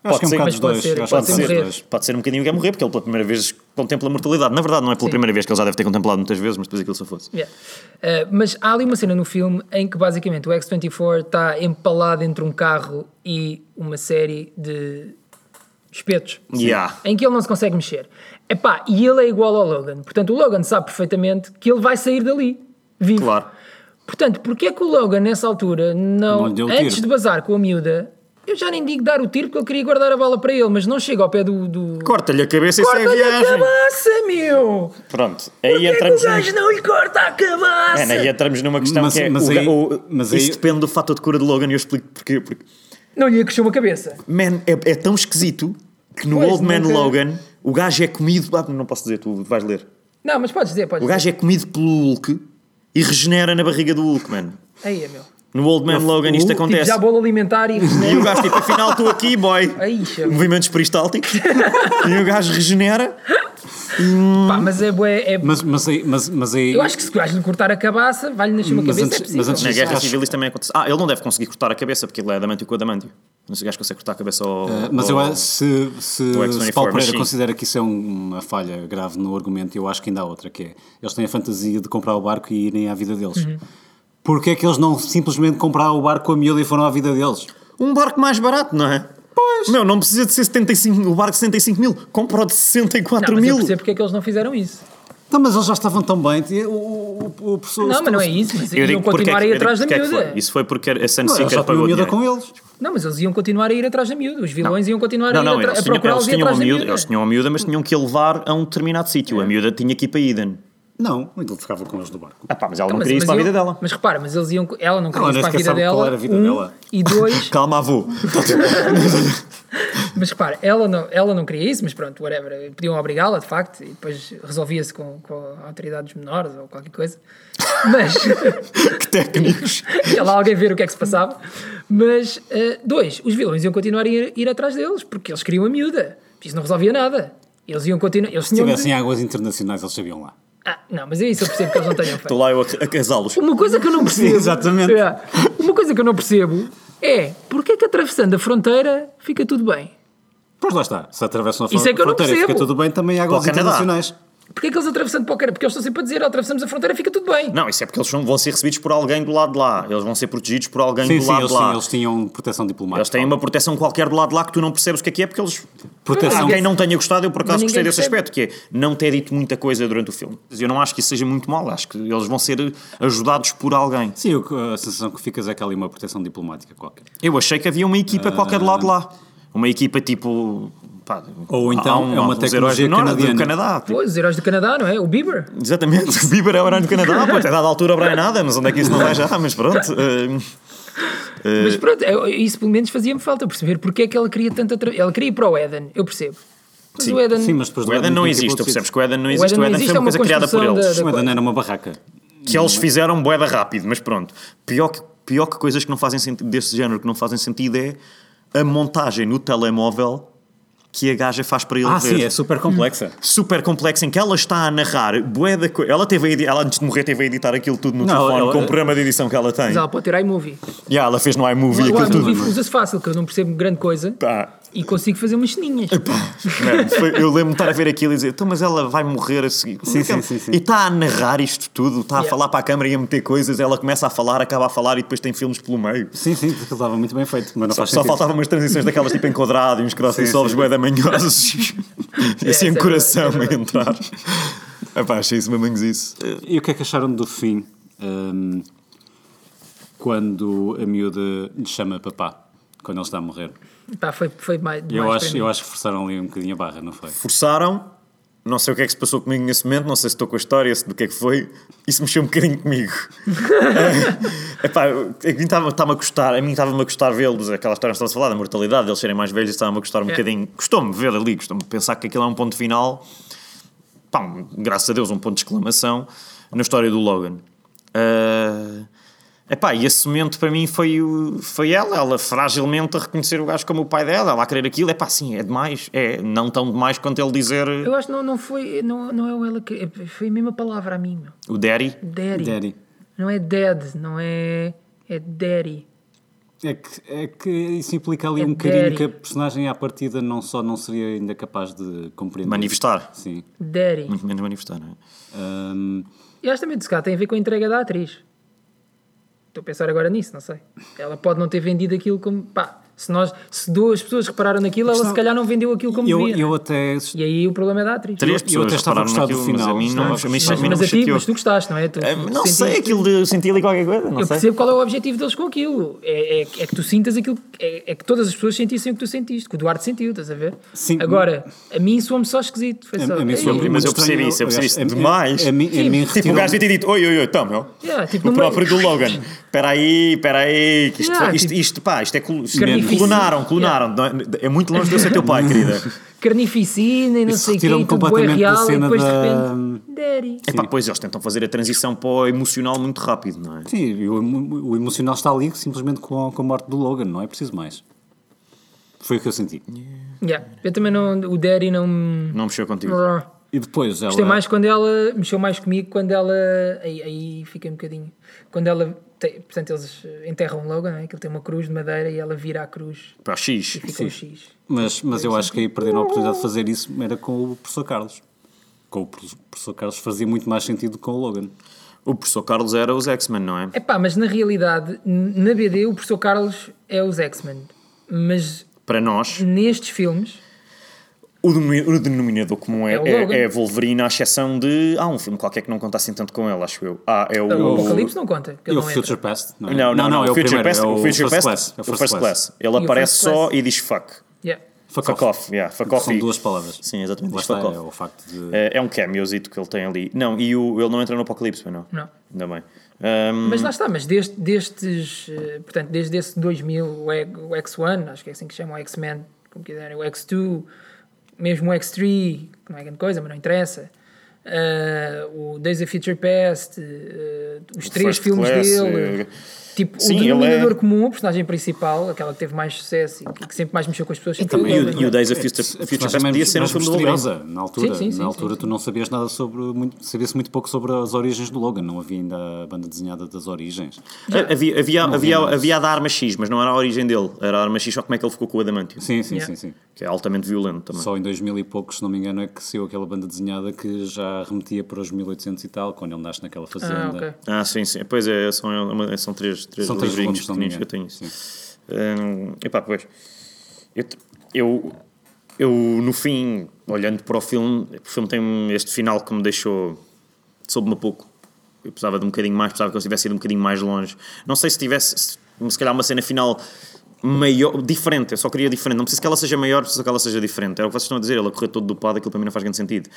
Acho que é um ser. bocado Mas dos pode dois. ser, Eu acho pode que é ser dos morrer. dois. Pode ser um bocadinho que é morrer, porque ele pela primeira vez contempla a mortalidade. Na verdade, não é pela primeira vez que ele já deve ter contemplado muitas vezes, mas depois aquilo só fosse. Yeah. Mas há ali uma cena no filme em que basicamente o X-24 está empalado entre um carro e uma série de espetos. Yeah. Em que ele não se consegue mexer. Epá, e ele é igual ao Logan. Portanto, o Logan sabe perfeitamente que ele vai sair dali, vivo. Claro. Portanto, porque é que o Logan, nessa altura, Não lhe deu o antes tiro. de bazar com a miúda, eu já nem digo dar o tiro porque ele queria guardar a bala para ele, mas não chega ao pé do... Corta-lhe a cabeça e sai a Corta-lhe a viagem. cabeça, meu! Pronto. Porquê Aí é que o entramos gajo não lhe corta a cabeça? Aí entramos numa questão Mas- que é. mas aí- mas aí- isso depende do fator de cura de Logan e eu explico porquê. Porque, Não lhe cresceu uma cabeça. man, é tão esquisito que no Pois, Old Man nunca- Logan o gajo é comido. Não posso dizer, tu vais ler. Não, mas podes dizer, podes O gajo é comido pelo Hulk e regenera na barriga do Hulk, man. Aí é meu. No Old Man Logan isto Tipo, acontece. já bolo alimentar e... E o gajo, tipo, afinal estou aqui, boy. Aí, chama. Movimentos peristálticos. E o gajo regenera. Pá, mas é bué... É... Mas aí. Eu acho que se o gajo lhe cortar a cabeça, vai-lhe nascer uma Mas cabeça, antes- é possível. mas antes- Na Guerra acho- Civil isso também acontece. Ele não deve conseguir cortar a cabeça porque ele é adamantio com adamantio. Não sei se o gajo consegue cortar a cabeça ao. Mas ao- eu acho se do X-24, Paulo mas Pereira sim. considera que isso é uma falha grave no argumento, eu acho que ainda há outra, que é eles têm a fantasia de comprar o barco e irem à vida deles. Uhum. Porquê é que eles não simplesmente compraram o barco com a miúda e foram à vida deles? Um barco mais barato, não é? Pois. Meu, não precisa de ser 75, o barco de 75 mil. Compra o de 64 Não, mas eu mil. percebo porque é que eles não fizeram isso. Então, mas eles já estavam tão bem. O professor, Não, mas não é isso. Mas Eu iam digo porque continuar a ir atrás da porque é que miúda. foi. Isso foi porque a Não, Sunseeker eles já tinham a pagou miúda dinheiro. com eles. Não, mas eles iam continuar a ir atrás da miúda. Os vilões iam continuar Não, a, não, ir eles a tinham, procurá-los eles e ir tinham a atrás da miúda, miúda. eles tinham a miúda, mas tinham que a levar a um determinado sítio. A miúda tinha que ir para Eden. Não, ele ficava com eles do barco. Mas ela Então, não queria isso para a vida dela. Mas repara, mas eles iam, ela não queria Ela isso nem para a sequer vida sabe qual dela. era a vida dela. E dois, Calma, avô. mas repara, ela não queria isso, mas pronto, whatever. Podiam obrigá-la, de facto, e depois resolvia-se com a autoridade dos menores ou qualquer coisa. Mas Que técnicos. ia lá alguém ver o que é que se passava. Mas, dois, os vilões iam continuar a ir atrás deles, porque eles queriam a miúda. Isso não resolvia nada. Eles iam continuar. Eles Se tinham tivessem águas internacionais, eles sabiam lá. não, mas é isso, eu percebo que eles não tenham feito. Estou lá eu a casá-los. Uma coisa que eu não percebo. Exatamente. Uma coisa que eu não percebo é porque é que atravessando a fronteira fica tudo bem? Pois lá está. Se atravessam a Isso é que eu não fronteira e fica percebo. tudo bem, também há águas Para o Canadá. internacionais. Porque é que eles atravessando para o cara? Porque eles estão sempre a dizer, atravessamos a fronteira fica tudo bem. Não, isso é porque eles vão ser recebidos por alguém do lado de lá. Eles vão ser protegidos por alguém Sim, do sim, lado de lá. eles tinham proteção diplomática. Eles têm uma proteção qualquer do lado de lá que tu não percebes o que é porque eles... Proteção. Há quem não tenha gostado, eu por acaso Mas gostei ninguém desse percebe. aspecto, que é não ter dito muita coisa durante o filme. Eu não acho que isso seja muito mal, acho que eles vão ser ajudados por alguém. Sim, a sensação que ficas é que há ali uma proteção diplomática qualquer. Eu achei que havia uma equipa qualquer do lado de lá. Uma equipa tipo... Pá, Ou então é uma os heróis tecnologia do norte, do canadiana. Canadá. Tipo, Pô, os heróis do Canadá, não é? O Bieber. exatamente, o Bieber é o herói do Canadá, pô, até dada altura para nada, mas onde é que isso não vai já? Mas pronto. Mas pronto, isso pelo menos fazia-me falta perceber porque é que ela queria tanto ela queria ir para o Éden, eu percebo. Mas Sim. o Éden, Sim, mas depois O Éden não existe, tu percebes que o Éden não existe, Éden o não Éden existe, foi é uma coisa criada por construção eles. O Éden era uma barraca. Que eles fizeram bué da rápido, mas pronto. Pior que coisas que não fazem sentido, desse género que não fazem sentido é a montagem no telemóvel que a gaja faz para ele ver. Sim, é super complexa. Super complexa, em que ela está a narrar bué da coisa. Ela antes de morrer teve a editar aquilo tudo no Não, telefone ela- com o programa de edição que ela tem. mas ela pode ter iMovie. Ela fez no iMovie O aquilo tudo. iMovie usa-se fácil, que eu não percebo grande coisa Pá, e consigo fazer umas ceninhas. eu lembro-me de estar a ver aquilo e dizer, então, mas ela vai morrer a seguir. Sim, sim, sim, sim. E está a narrar isto tudo, está a Yeah. falar para a câmara e a meter coisas, ela começa a falar, acaba a falar e depois tem filmes pelo meio. Sim, sim, aquilo estava muito bem feito, mas não Só faz sentido. faltavam umas transições daquelas tipo enquadrado e uns crossovers sim. bué da manhosos e assim isso em é coração verdade, a entrar. Epá, achei isso mesmo isso. E o que é que acharam do fim? Quando a miúda lhe chama papá, quando ele está a morrer. Pá, foi mais Eu demais para mim. acho que forçaram ali um bocadinho a barra, não foi? Forçaram, não sei o que é que se passou comigo nesse momento, não sei se estou com a história, se do que é que foi, isso mexeu um bocadinho comigo. Epá, a mim estava-me a gostar vê-los, aquela história que estava a falar, da mortalidade, deles serem mais velhos, estava-me a gostar um bocadinho, gostou-me ver ali, gostou-me de pensar que aquilo é um ponto final, pá, graças a Deus, um ponto de exclamação na história do Logan. Epá, e esse momento para mim foi ela fragilmente a reconhecer o gajo como o pai dela, ela a querer aquilo, epá, sim, é demais, é não tão demais quanto ele dizer Eu acho que não foi, não é o ela que foi a mesma palavra a mim, meu. o daddy. Daddy. Daddy. Não é dead, não é. É daddy. É que isso implica ali É um bocadinho daddy. que a personagem à partida não seria ainda capaz de compreender. Manifestar. Sim. Daddy. Muito menos manifestar, não é? E acho também, se calhar, tem a ver com a entrega da atriz. Estou a pensar agora nisso, não sei. Ela pode não ter vendido aquilo como... Pá, se duas pessoas repararam naquilo, ela se calhar não vendeu aquilo como devia. Eu até... E aí o problema é da atriz. Três eu pessoas até estava a repararam gostar do naquilo, mas final. a mim não, Estava- a mim Mas, não me mas a ti, chateou. mas tu gostaste, não é? Tu Não sentiste- sei, eu senti ali qualquer coisa, não Eu sei. percebo qual é o objetivo deles com aquilo. É que tu sintas aquilo. É que todas as pessoas sentissem o que tu sentiste, que o Duarte sentiu, estás a ver? Sim. Agora, a mim soa-me só esquisito. Foi só. A mim Ei, soa-me Mas eu muito percebi estranho. isso Aliás, demais. A mim Tipo, o retirou- gajo ter dito, oi, então, meu. yeah, tipo, O no meio- próprio do Logan. Espera aí, que isto, Yeah, isto, tipo, isto, pá, isto é carnificina. clonaram. Não É muito longe de eu ser teu pai, querida. Carnificina e não Isso sei o quê, retirou-me e tudo bué completamente da real, e cena depois de da- repente. Daddy. Epá, pois eles tentam fazer a transição para o emocional muito rápido, não é? Sim, e o emocional está ali simplesmente com a morte do Logan, não é preciso mais. Foi o que eu senti. Yeah. Eu também não. O Daddy não. Não mexeu contigo. E depois ela... Gostei mais quando ela. Mexeu mais comigo quando ela. Aí fiquei um bocadinho. Quando ela. Portanto, eles enterram o Logan, não é? Que ele tem uma cruz de madeira e ela vira a cruz Para o X. e fica o X. Mas eu acho que aí perderam a oportunidade de fazer isso era com o professor Carlos. Com o professor Carlos fazia muito mais sentido com o Logan. O professor Carlos era os X-Men, não é? Epá, mas na realidade, na BD, o professor Carlos é os X-Men. Mas Para nós, nestes filmes. o denominador comum É o Logan. é Wolverine, à exceção de... Há um filme qualquer que não conta assim tanto com ele, acho eu. É O o... Apocalipse não conta. que E ele o não Future entra. Past? Não, é? Não, é o Future primeiro, Past, é o Future First Past, Class. É o First Class. Ele E o aparece First só Class? e diz fuck. Yeah. Fuck off, yeah, fuck off. São duas palavras. Sim, exatamente, Lá diz está, fuck é off. o facto de... É um cameozito que ele tem ali. Não, e ele não entra no Apocalipse, mas não. Não. Ainda bem. Mas lá está, mas portanto, desde esse 2000, o X1, acho que é assim que se chama, o X-Men, como quiserem, o X2, mesmo o X3, que não é grande coisa, mas não interessa, o Days of Future Past, os três First filmes Class, dele, tipo, sim, o ele denominador é- comum, a personagem principal, aquela que teve mais sucesso e que sempre mais mexeu com as pessoas, sempre foi também- o Logan. E o Days of A Future personagem Past podia ser um mais filme do Wolverine. misteriosa na altura. Sim, sim, na altura sim. tu não sabias nada sobre... Sabia-se muito pouco sobre as origens do Logan. Não havia ainda a banda desenhada das origens. Havia a da arma X, mas não era a origem dele. Era a arma X, só como é que ele ficou com o Adamantium. Sim, sim, Yeah. sim. Que é altamente violento também. Só em 2000 e poucos, se não me engano, é que saiu aquela banda desenhada que já remetia para os 1800 e tal, quando ele nasce naquela fazenda. ok. Sim. Pois é, são três São três livrinhos volumes, se não me pequeninos que eu tenho. engano. Sim. Epá, pois. Eu, no fim, olhando para o filme tem este final que me deixou... Soube-me a pouco. Eu precisava de um bocadinho mais, precisava que ele tivesse ido um bocadinho mais longe. Não sei se tivesse, se calhar, uma cena final maior, diferente. Eu só queria diferente. Não preciso que ela seja maior, preciso que ela seja diferente. É o que vocês estão a dizer. Ela correr todo dopado, aquilo para mim não faz grande sentido.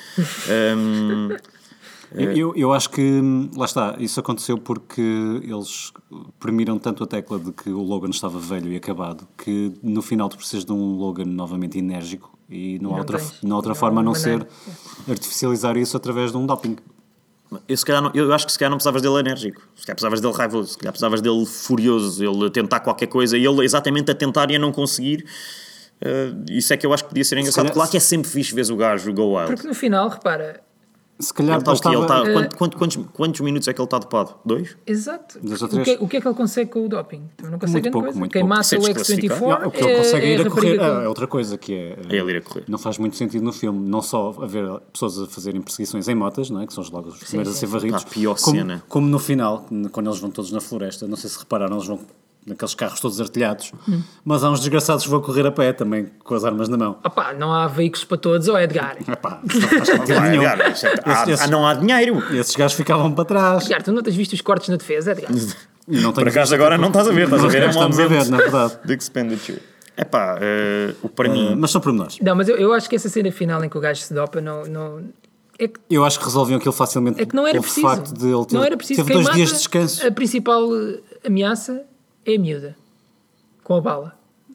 Eu acho que, lá está, isso aconteceu porque eles premiram tanto a tecla de que o Logan estava velho e acabado, que no final tu precisas de um Logan novamente enérgico e não há outra não há forma a não maneira. ser artificializar isso através de um doping. Eu acho que se calhar não precisavas dele enérgico, se calhar precisavas dele raivoso, se calhar precisavas dele furioso, ele a tentar qualquer coisa e ele exatamente a tentar e a não conseguir. Isso é que eu acho que podia ser engraçado. calhar- Claro que é sempre fixe ver o gajo go wild. Porque no final, repara, Se calhar Ele está o quê? Ele bastava... está, quantos minutos é que ele está dopado? 2? exato. Dois ou O que, três. o que é que ele consegue com o doping? Também não consegue Muito grande pouco, coisa. muito Quem pouco. mata Ser o desclassificado. X-24 O que ele consegue ir a correr rapariga é outra coisa, que é... É ele ir a correr. Não faz muito sentido no filme, não só haver pessoas a fazerem perseguições em motas, não é? Que são logo os primeiros a ser varridos, Pá, pior como, cena. como no final, quando eles vão todos na floresta, não sei se repararam, eles vão naqueles carros todos artilhados, mas há uns desgraçados que vão correr a pé também, com as armas na mão. Opá, não há veículos para todos, ó Edgar. Epá, isso não faz sentido nenhum. Não há dinheiro. Esses gajos ficavam para trás. Edgar, tu não tens visto os cortes na defesa, Edgar? E não Por tenho acaso visto agora até não estás a ver, estás a ver? É um Estamos a ver, aumento na verdade. de expenditure. Epá, para mim... Mas são pormenores. Não, mas eu acho que essa cena final em que o gajo se dopa não é que Eu acho que resolviam aquilo facilmente. É que não era pelo preciso. facto de ele ter, Não era preciso. teve Quem 2 dias de mata descanso. A principal ameaça é a miúda. Com a bala.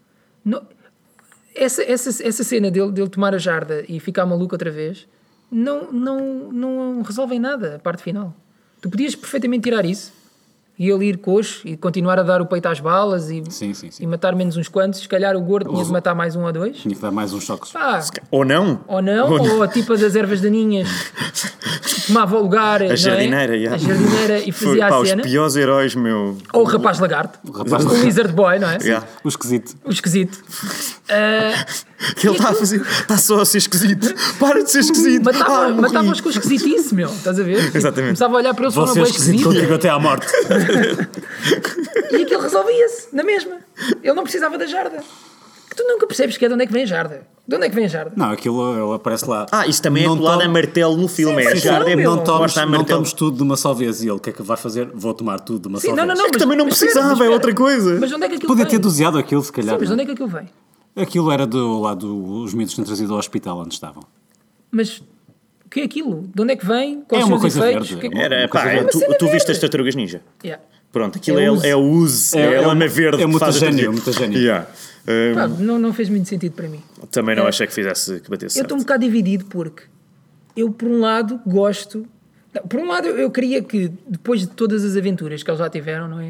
Essa cena dele tomar a jarda e ficar maluco outra vez não resolvem nada a parte final. Tu podias perfeitamente tirar isso e ele ir coxo e continuar a dar o peito às balas e Sim. e matar menos uns quantos. Se calhar o gordo tinha de matar mais um ou dois. Tinha que dar mais uns choques. Pá, Ou não. ou não, ou a tipa das ervas daninhas tomava o lugar. A jardineira, A jardineira e Foi, fazia pá, a os cena. piores heróis, meu. Ou o rapaz lagarto. O Lizard Boy, não é? Yeah. O esquisito. O esquisito. Que ele está a fazer. Está só a ser esquisito. Para de ser esquisito. Matava-os com o esquisitice, meu. Estás a ver? Tipo, Exatamente. começava a olhar para eles e Você é falava, esquisito esquisito. contigo até à morte. E aquilo resolvia-se, na mesma. Ele não precisava da jarda. Que tu nunca percebes que é de onde é que vem a jarda. De onde é que vem a jarda? Não, aquilo ele aparece lá. Isso também é Não colado tome- a martelo no filme. Sim, É a sim, jarda, é meu. Não tomes, posta a não martelo. tomes tudo de uma só vez. E ele, o que é que vai fazer? Vou tomar tudo de uma Sim, só não, vez. não, que também não precisava, espera. é outra coisa. Mas de onde é que aquilo Podia vem? ter doseado aquilo, se calhar. Sim, mas de não onde é? é que aquilo vem? Aquilo era os miúdos que tinham trazido ao hospital onde estavam. Mas o que é aquilo? De onde é que vem? Quais É são uma os coisa efeitos? verde. O que é que- Era, Uma pá, coisa tu verde. viste as Tartarugas Ninja? Yeah. Pronto, aquilo É é, uso. é o uso, é a lama verde. é que faz a mutagénio, tartaruga. mutagénio. Yeah. Pá, não fez muito sentido para mim. Também não achei que fizesse que batesse Eu certo. estou um bocado dividido porque eu, por um lado, gosto. Não, por um lado, eu queria que, depois de todas as aventuras que eles já tiveram, não é?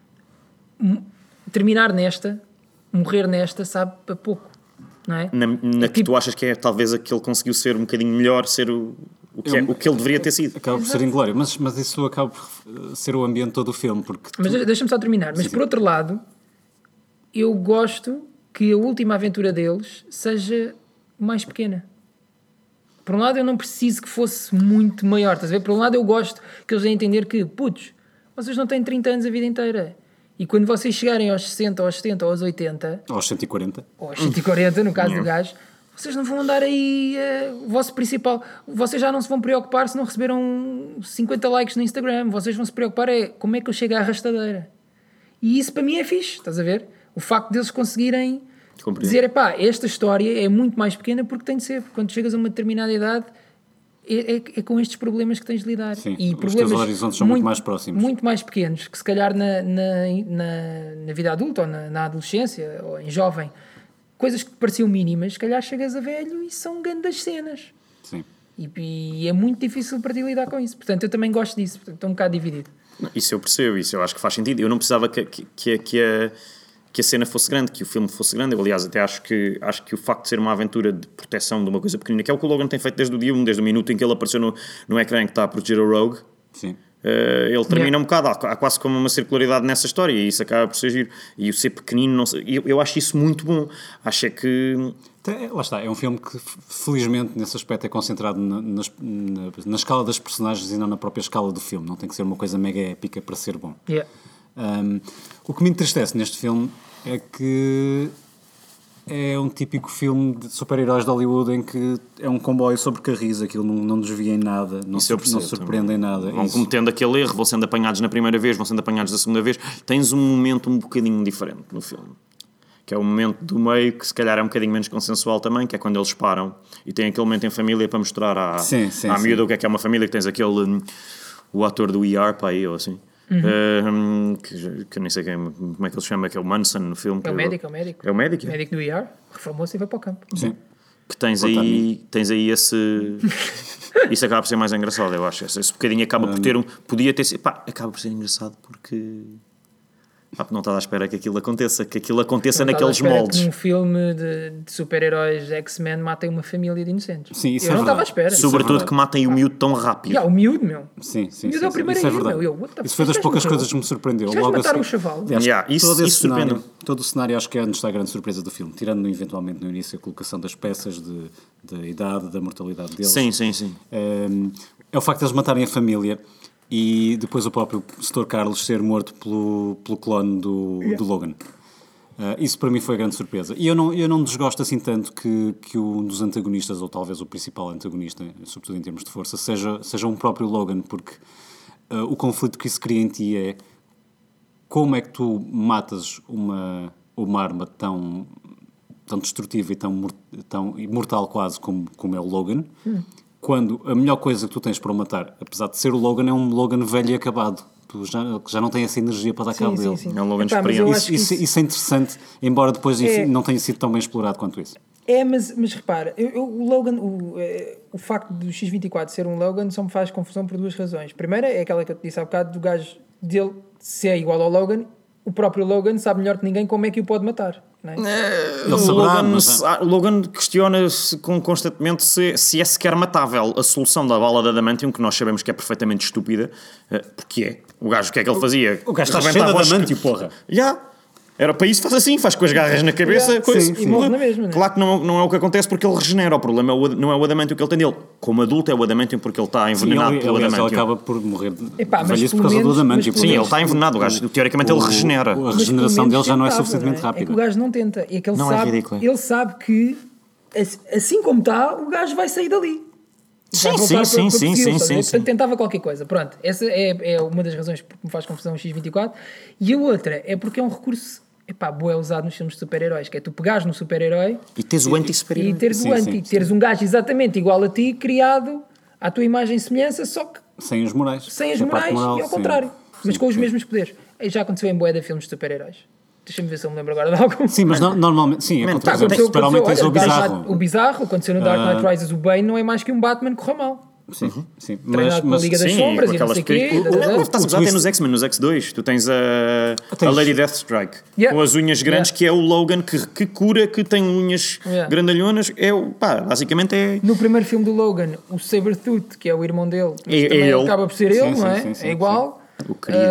Terminar nesta, morrer nesta, sabe para pouco, não é? Na que tipo- tu achas que é talvez a que ele conseguiu ser um bocadinho melhor, ser o que ele deveria ter sido. Acaba por ser inglório. Mas isso acaba por ser o ambiente todo do filme. Porque Mas deixa-me só terminar. Mas por outro lado, eu gosto que a última aventura deles seja mais pequena. Por um lado, eu não preciso que fosse muito maior. Estás a ver? Por um lado, eu gosto que eles deem a entender que, putos, vocês não têm 30 anos a vida inteira. E quando vocês chegarem aos 60, aos 70 ou aos 80, aos 140. ou aos 140, no caso do gajo, vocês não vão andar aí o vosso principal. Vocês já não se vão preocupar se não receberam 50 likes no Instagram. Vocês vão se preocupar como é que eu chego à arrastadeira. E isso para mim é fixe, estás a ver? O facto deles conseguirem Compreendo. dizer, esta história é muito mais pequena porque tem de ser. Porque quando chegas a uma determinada idade é com estes problemas que tens de lidar. Sim, E os problemas teus horizontes são muito mais próximos. muito mais pequenos, que se calhar na vida adulta ou na adolescência ou em jovem, coisas que te pareciam mínimas, se calhar chegas a velho e são grandes cenas. Sim. E é muito difícil para ti lidar com isso. Portanto, eu também gosto disso. Portanto, estou um bocado dividido. Isso eu percebo, isso eu acho que faz sentido. Eu não precisava que a cena fosse grande, que o filme fosse grande. Eu, aliás, até acho que o facto de ser uma aventura de proteção de uma coisa pequenina, que é o que o Logan tem feito desde o dia 1, desde o minuto em que ele apareceu no ecrã em que está a proteger o Rogue. Sim. Ele termina um bocado, há quase como uma circularidade nessa história e isso acaba por ser giro. E o ser pequenino, não sei, eu acho isso muito bom. Acho é que... Lá está, é um filme que felizmente nesse aspecto é concentrado na escala das personagens e não na própria escala do filme. Não tem que ser uma coisa mega épica para ser bom. Yeah. O que me entristece neste filme é que é um típico filme de super-heróis de Hollywood em que é um comboio sobre carris, aquilo não desvia em nada, não surpreende em nada. Vão Isso- cometendo aquele erro, vão sendo apanhados na primeira vez, vão sendo apanhados da segunda vez. Tens um momento um bocadinho diferente no filme, que é o momento do meio, que se calhar é um bocadinho menos consensual também, que é quando eles param e têm aquele momento em família para mostrar à miúda o que é uma família, que tens aquele o ator do ER para aí, ou assim. Que eu nem sei como é que ele se chama, que é o Manson no filme. É o médico, é o médico. É o médico? O médico do ER, reformou-se e foi para o campo. Sim. Que tens aí esse... Isso acaba por ser mais engraçado, eu acho. Esse bocadinho acaba por ter podia ter sido... acaba por ser engraçado porque não estás à espera que aquilo aconteça naqueles moldes. Que num filme de super-heróis X-Men matem uma família de inocentes. Sim, isso eu é não estava à verdade. espera. Sobretudo que matem o miúdo tão rápido. O miúdo, meu. Sim, sim, Miúdo sim, é o primeiro isso é a ir, verdade. meu. What the Isso foi das fuck? poucas Isto coisas que me surpreendeu. Isto vais Logo matar assim, o chaval. aliás, Isso todo esse cenário, surpreende-me. todo o cenário acho que é onde está a grande surpresa do filme, tirando eventualmente no início a colocação das peças, da idade, da mortalidade deles. Sim. É o facto de eles matarem a família e depois o próprio Sr. Carlos ser morto pelo clone do Logan. Isso para mim foi a grande surpresa. E eu não desgosto assim tanto que um dos antagonistas, ou talvez o principal antagonista, sobretudo em termos de força, seja um próprio Logan, porque o conflito que isso cria em ti é como é que tu matas uma arma tão destrutiva e tão imortal quase como é o Logan, quando a melhor coisa que tu tens para o matar, apesar de ser o Logan, é um Logan velho e acabado. Tu já não tem essa energia para dar cabo dele. Sim. É um Logan Epá, mas eu experiente. acho que Isso é interessante, embora depois É. não tenha sido tão bem explorado quanto isso. Mas repara, o Logan, o facto do X-24 ser um Logan só me faz confusão por duas razões. Primeira é aquela que eu te disse há bocado do gajo dele se é igual ao Logan, o próprio Logan sabe melhor que ninguém como é que o pode matar. não é? Ele O saberá, Logan, mas... o Logan questiona-se constantemente se é sequer matável. A solução da bala de adamantium, que nós sabemos que é perfeitamente estúpida, porque é. O gajo, o que é que ele fazia? O gajo está cheio de Rebentava os- adamantio, porra. Já. Era para isso, faz assim, faz com as garras na cabeça. Yeah. Coisa. Sim, e morre na mesma, né? Claro que não é o que acontece porque ele regenera. O problema não é o adamantium que ele tem dele. Como adulto é o adamantium porque ele está Sim, envenenado pelo aliás, ele adamantium. acaba por morrer de Epá, mas velhice por pelo causa do menos- adamantio. mas Sim, pelo ele está envenenado. O gajo, teoricamente, ele regenera. A Mas pelo regeneração menos dele já não é tentava, suficientemente não é? rápida. É que o gajo não tenta. É que ele Não, é sabe, ridículo. ele sabe que assim como está, o gajo vai sair dali. Sim, Vai voltar sim, para sim, Brasil, sim, estás a ver? sim, Portanto, sim. tentava qualquer coisa. Pronto, essa é uma das razões porque me faz confusão o X-24. E a outra é porque é um recurso, epá, bué usado nos filmes de super-heróis, que é tu pegares no super-herói E tens o e anti-super-herói. teres Sim, o anti, sim, sim. teres um gajo exatamente igual a ti, criado à tua imagem e semelhança, só que Sem os morais. sem as A parte morais moral, e ao sim. contrário, mas Sim, com os sim. mesmos poderes. E já aconteceu em bué de filmes de super-heróis. Deixa-me ver se eu me lembro agora de algum. Sim, mas normalmente, sim, Man, acontece. Aconteceu, Geralmente tens o olha, bizarro. O bizarro, aconteceu no Dark Knight Rises, o Bane não é mais que um Batman que correu mal. Sim, sim. Treinado pela Liga das Sim, Sombras com e não aquelas sei o quê. Estás a usar até nos X-Men, nos X2. Tu tens a Lady Deathstrike Yeah. com as unhas grandes, Yeah. que é o Logan que cura, que tem unhas Yeah. grandalhonas. Basicamente é. No primeiro filme do Logan, o Sabretooth, que é o irmão dele, É também ele. acaba por ser ele, Sim, não é? sim, sim, É igual. O querido.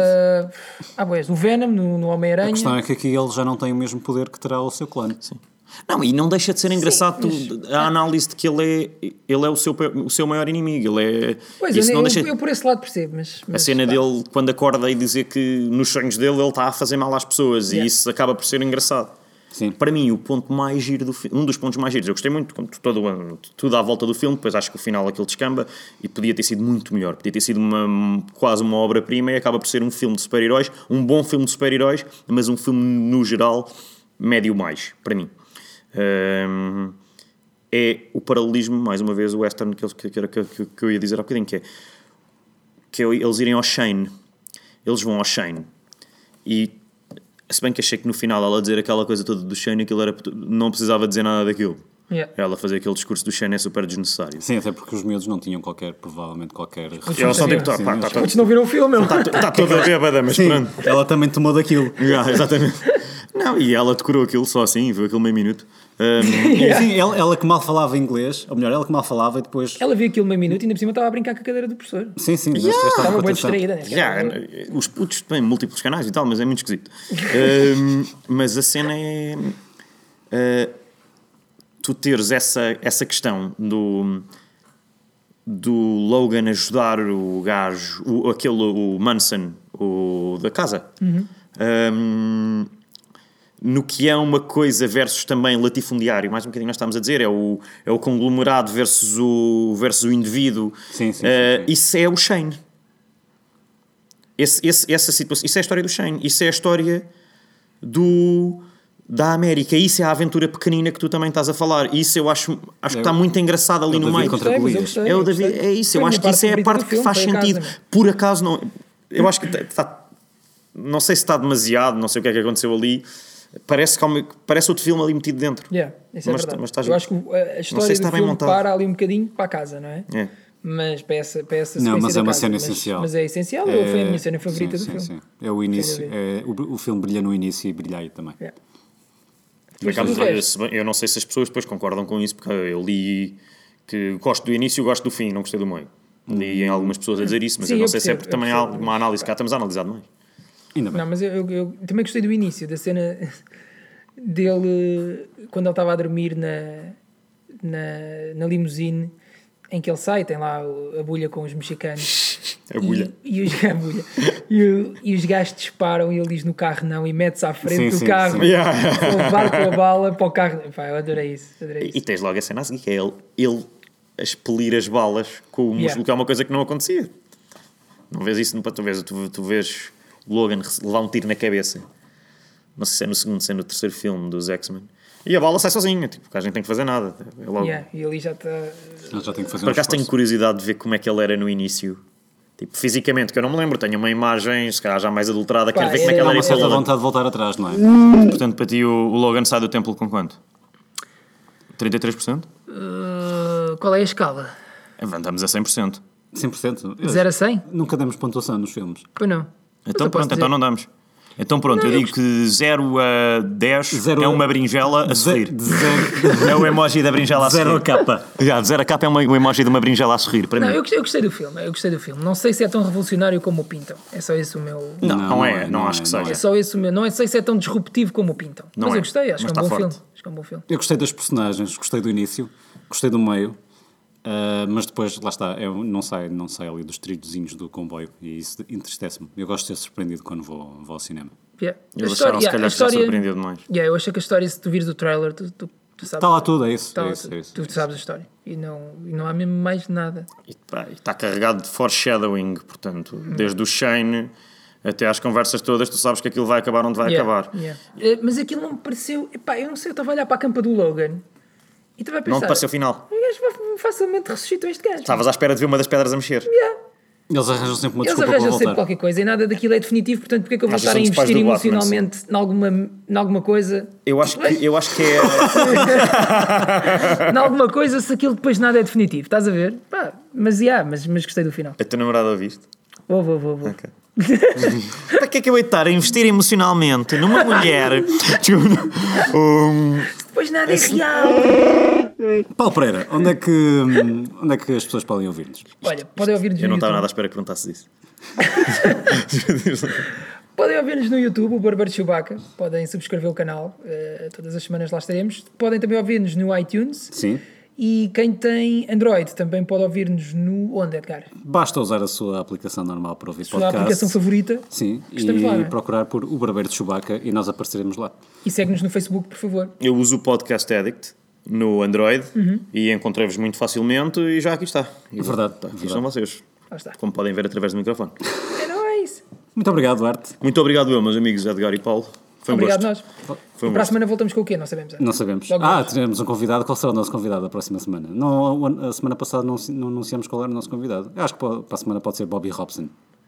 Pois, o Venom no A Homem-Aranha. questão é que aqui ele já não tem o mesmo poder que terá o seu clã. Sim. Não, e não deixa de ser engraçado a análise de que ele é o seu maior inimigo. Ele é. Pois, Isso não deixa. eu por esse lado percebo, A mas cena pá, dele, quando acorda e dizer que nos sonhos dele ele está a fazer mal às pessoas, Yeah. e isso acaba por ser engraçado. Sim. Para mim, o ponto mais giro do filme, um dos pontos mais giros, eu gostei muito, como tudo à volta do filme, depois acho que o final aquilo descamba e podia ter sido muito melhor. Podia ter sido quase uma obra-prima e acaba por ser um filme de super-heróis, um bom filme de super-heróis, mas um filme no geral médio mais, para mim. É o paralelismo, mais uma vez, o western que eu ia dizer há bocadinho, que é eles irem ao Shane. Eles vão ao Shane e, se bem que achei que no final ela dizer aquela coisa toda do Shane, aquilo não precisava dizer nada daquilo. yeah. Ela fazer aquele discurso do Shane é super desnecessário. Sim, até porque os miúdos não tinham provavelmente qualquer... Eu só digo, Sim, está não viram o filme, meu. toda bêbada, mas pronto. Ela também tomou daquilo. Exatamente. Não, e ela decorou aquilo só assim, viu aquilo meio minuto. Sim, ela que mal falava inglês, ou melhor, ela que mal falava e depois... Ela viu aquilo meio minuto e ainda por cima estava a brincar com a cadeira do professor. Sim, sim. mas Estava com bem atenção. distraída, né? Os putos têm múltiplos canais e tal, mas é muito esquisito. Mas a cena é tu teres essa questão do Logan ajudar o gajo, o Manson, o da casa, no que é uma coisa versus também latifundiário, mais um bocadinho nós estamos a dizer, é o conglomerado versus o indivíduo. Sim, sim, sim. Isso é o Shane. Essa situação, isso é a história do Shane, isso é a história da América, isso é a aventura pequenina que tu também estás a falar. Isso eu acho que está muito engraçado ali o no David meio. contra Golias. É o David, é isso, eu acho que isso é a parte que faz sentido. Por acaso não, eu acho que está, não sei se está demasiado, não sei o que é que aconteceu ali. Parece outro filme ali metido dentro. Yeah, isso é Mas verdade. estás- Eu acho que a sei história se está do bem filme montado. para ali um bocadinho para a casa, não é? É. Mas para essa Não, sequência mas da é uma casa. cena essencial. Mas é essencial, foi a minha cena favorita sim, do sim, filme. sim. É o início. Sem O filme brilha no início e brilha aí também. Yeah. Por acaso, Mas tudo o resto. eu não sei se as pessoas depois concordam com isso, porque eu li que gosto do início e gosto do fim, não gostei do meio. Li em algumas pessoas a dizer isso, mas Sim, eu não eu sei se é percebo, porque também há eu percebo. uma análise, cá estamos a analisar demais. Ainda bem. Não, mas eu também gostei do início, da cena dele quando ele estava a dormir na limusine em que ele sai, tem lá a bulha com os mexicanos. A bulha. A bulha. E os gajos disparam e ele diz no carro não e mete-se à frente Sim, do sim, carro. sim. Ele levar com a bala para o carro. Pá, eu adorei isso. E tens logo a cena a seguir, que é ele a expelir as balas com o músculo, que é uma coisa que não acontecia. Não vês isso, tu vês o Logan levar um tiro na cabeça. Não sei se é no segundo, se é no terceiro filme dos X-Men. E a bala sai sozinha, tipo, a gente tem que fazer nada. É logo... E ali já está. Ele já tem que fazer Por um acaso tenho esforço. curiosidade de ver como é que ele era no início. Tipo, fisicamente, que eu não me lembro. Tenho uma imagem, se calhar já mais adulterada, quero ver como é que é ele Há era uma em certa Logan. vontade de voltar atrás, não é? Portanto, para ti o Logan sai do templo com quanto? 33%? Qual é a escala? Andamos a 100%. 100%. 0 a 100? Nunca demos pontuação nos filmes. Pois não. Então pronto, então não damos. Então pronto, eu digo que 0 a 10 é uma berinjela a sorrir. É o emoji da berinjela a sorrir. 0 a capa. De 0 a capa é o emoji de uma berinjela a sorrir, para Não, mim. eu gostei do filme. Não sei se é tão revolucionário como o pintam. É só esse o meu... Não acho que seja. É só esse o meu... Não sei se é tão disruptivo como o pintam. Não Mas é. eu gostei, acho Mas que é um está bom forte. filme. Acho que é um bom filme. Eu gostei das personagens, gostei do início, gostei do meio, mas depois, lá está, eu não sai ali dos trilhozinhos do comboio e isso entristece-me. Eu gosto de ser surpreendido quando vou ao cinema. Yeah. Eles acharam se calhar que já surpreendido demais. Eu achei que a história, se tu vires o trailer, tu sabes. Está lá tudo, é isso. Tá lá é isso, tudo. é isso. Tu sabes a história. E não há mesmo mais nada. E está carregado de foreshadowing, portanto, desde o Shane até às conversas todas, tu sabes que aquilo vai acabar onde vai acabar. Mas aquilo não me pareceu... Epá, eu não sei, eu estava a olhar para a campa do Logan e estava a pensar... Não te pareceu o final. O gajo facilmente ressuscitou este gajo. Estavas à espera de ver uma das pedras a mexer. Eles arranjam sempre uma Eles desculpa arranjam para sempre voltar. qualquer coisa e nada daquilo é definitivo, portanto porque é que eu vou Achas estar a que são os pais investir do Batman, emocionalmente em alguma coisa... Eu acho que é... em alguma coisa se aquilo depois nada é definitivo, estás a ver? Pá, mas gostei do final. A tua namorada ouviste? Vou. Ok. Para que é que eu hei de estar a investir emocionalmente numa mulher? Depois nada é real. Paulo Pereira, onde é que as pessoas podem ouvir-nos? Olha, podem ouvir-nos Eu no não estava YouTube. nada à espera que perguntasses isso. Podem ouvir-nos no YouTube, o Barbeiro de Chewbacca. Podem subscrever o canal. Todas as semanas lá estaremos. Podem também ouvir-nos no iTunes. Sim. E quem tem Android também pode ouvir-nos no... Onde, Edgar? Basta usar a sua aplicação normal para ouvir Sua podcast. aplicação favorita. Sim, Estamos e lá, não é? procurar por O Barbeiro de Chewbacca e nós apareceremos lá. E segue-nos no Facebook, por favor. Eu uso o Podcast Addict no Android e encontrei-vos muito facilmente e já aqui está. É verdade. Aqui estão vocês. Lá está. Como podem ver através do microfone. É nóis. Muito obrigado, Duarte. Muito obrigado eu, meus amigos Edgar e Paulo. Foi um Obrigado gosto. nós. Foi um Para a gosto. semana voltamos com o quê? Não sabemos. Não sabemos. Logo mais. Teremos um convidado. Qual será o nosso convidado da próxima semana? Não, a semana passada não anunciamos qual era o nosso convidado. Eu acho que para a semana pode ser Bobby Robson.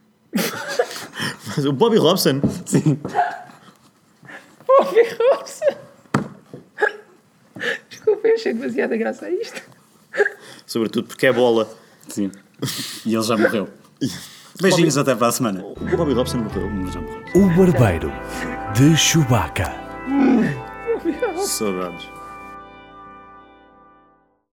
O Bobby Robson? Sim. Bobby Robson. Desculpa, eu achei demasiada graça a isto. Sobretudo porque é bola. Sim. E ele já morreu. Beijinhos até para a semana. O Bobby Robson morreu. Já morreu. O Barbeiro de Chewbacca. Saudades.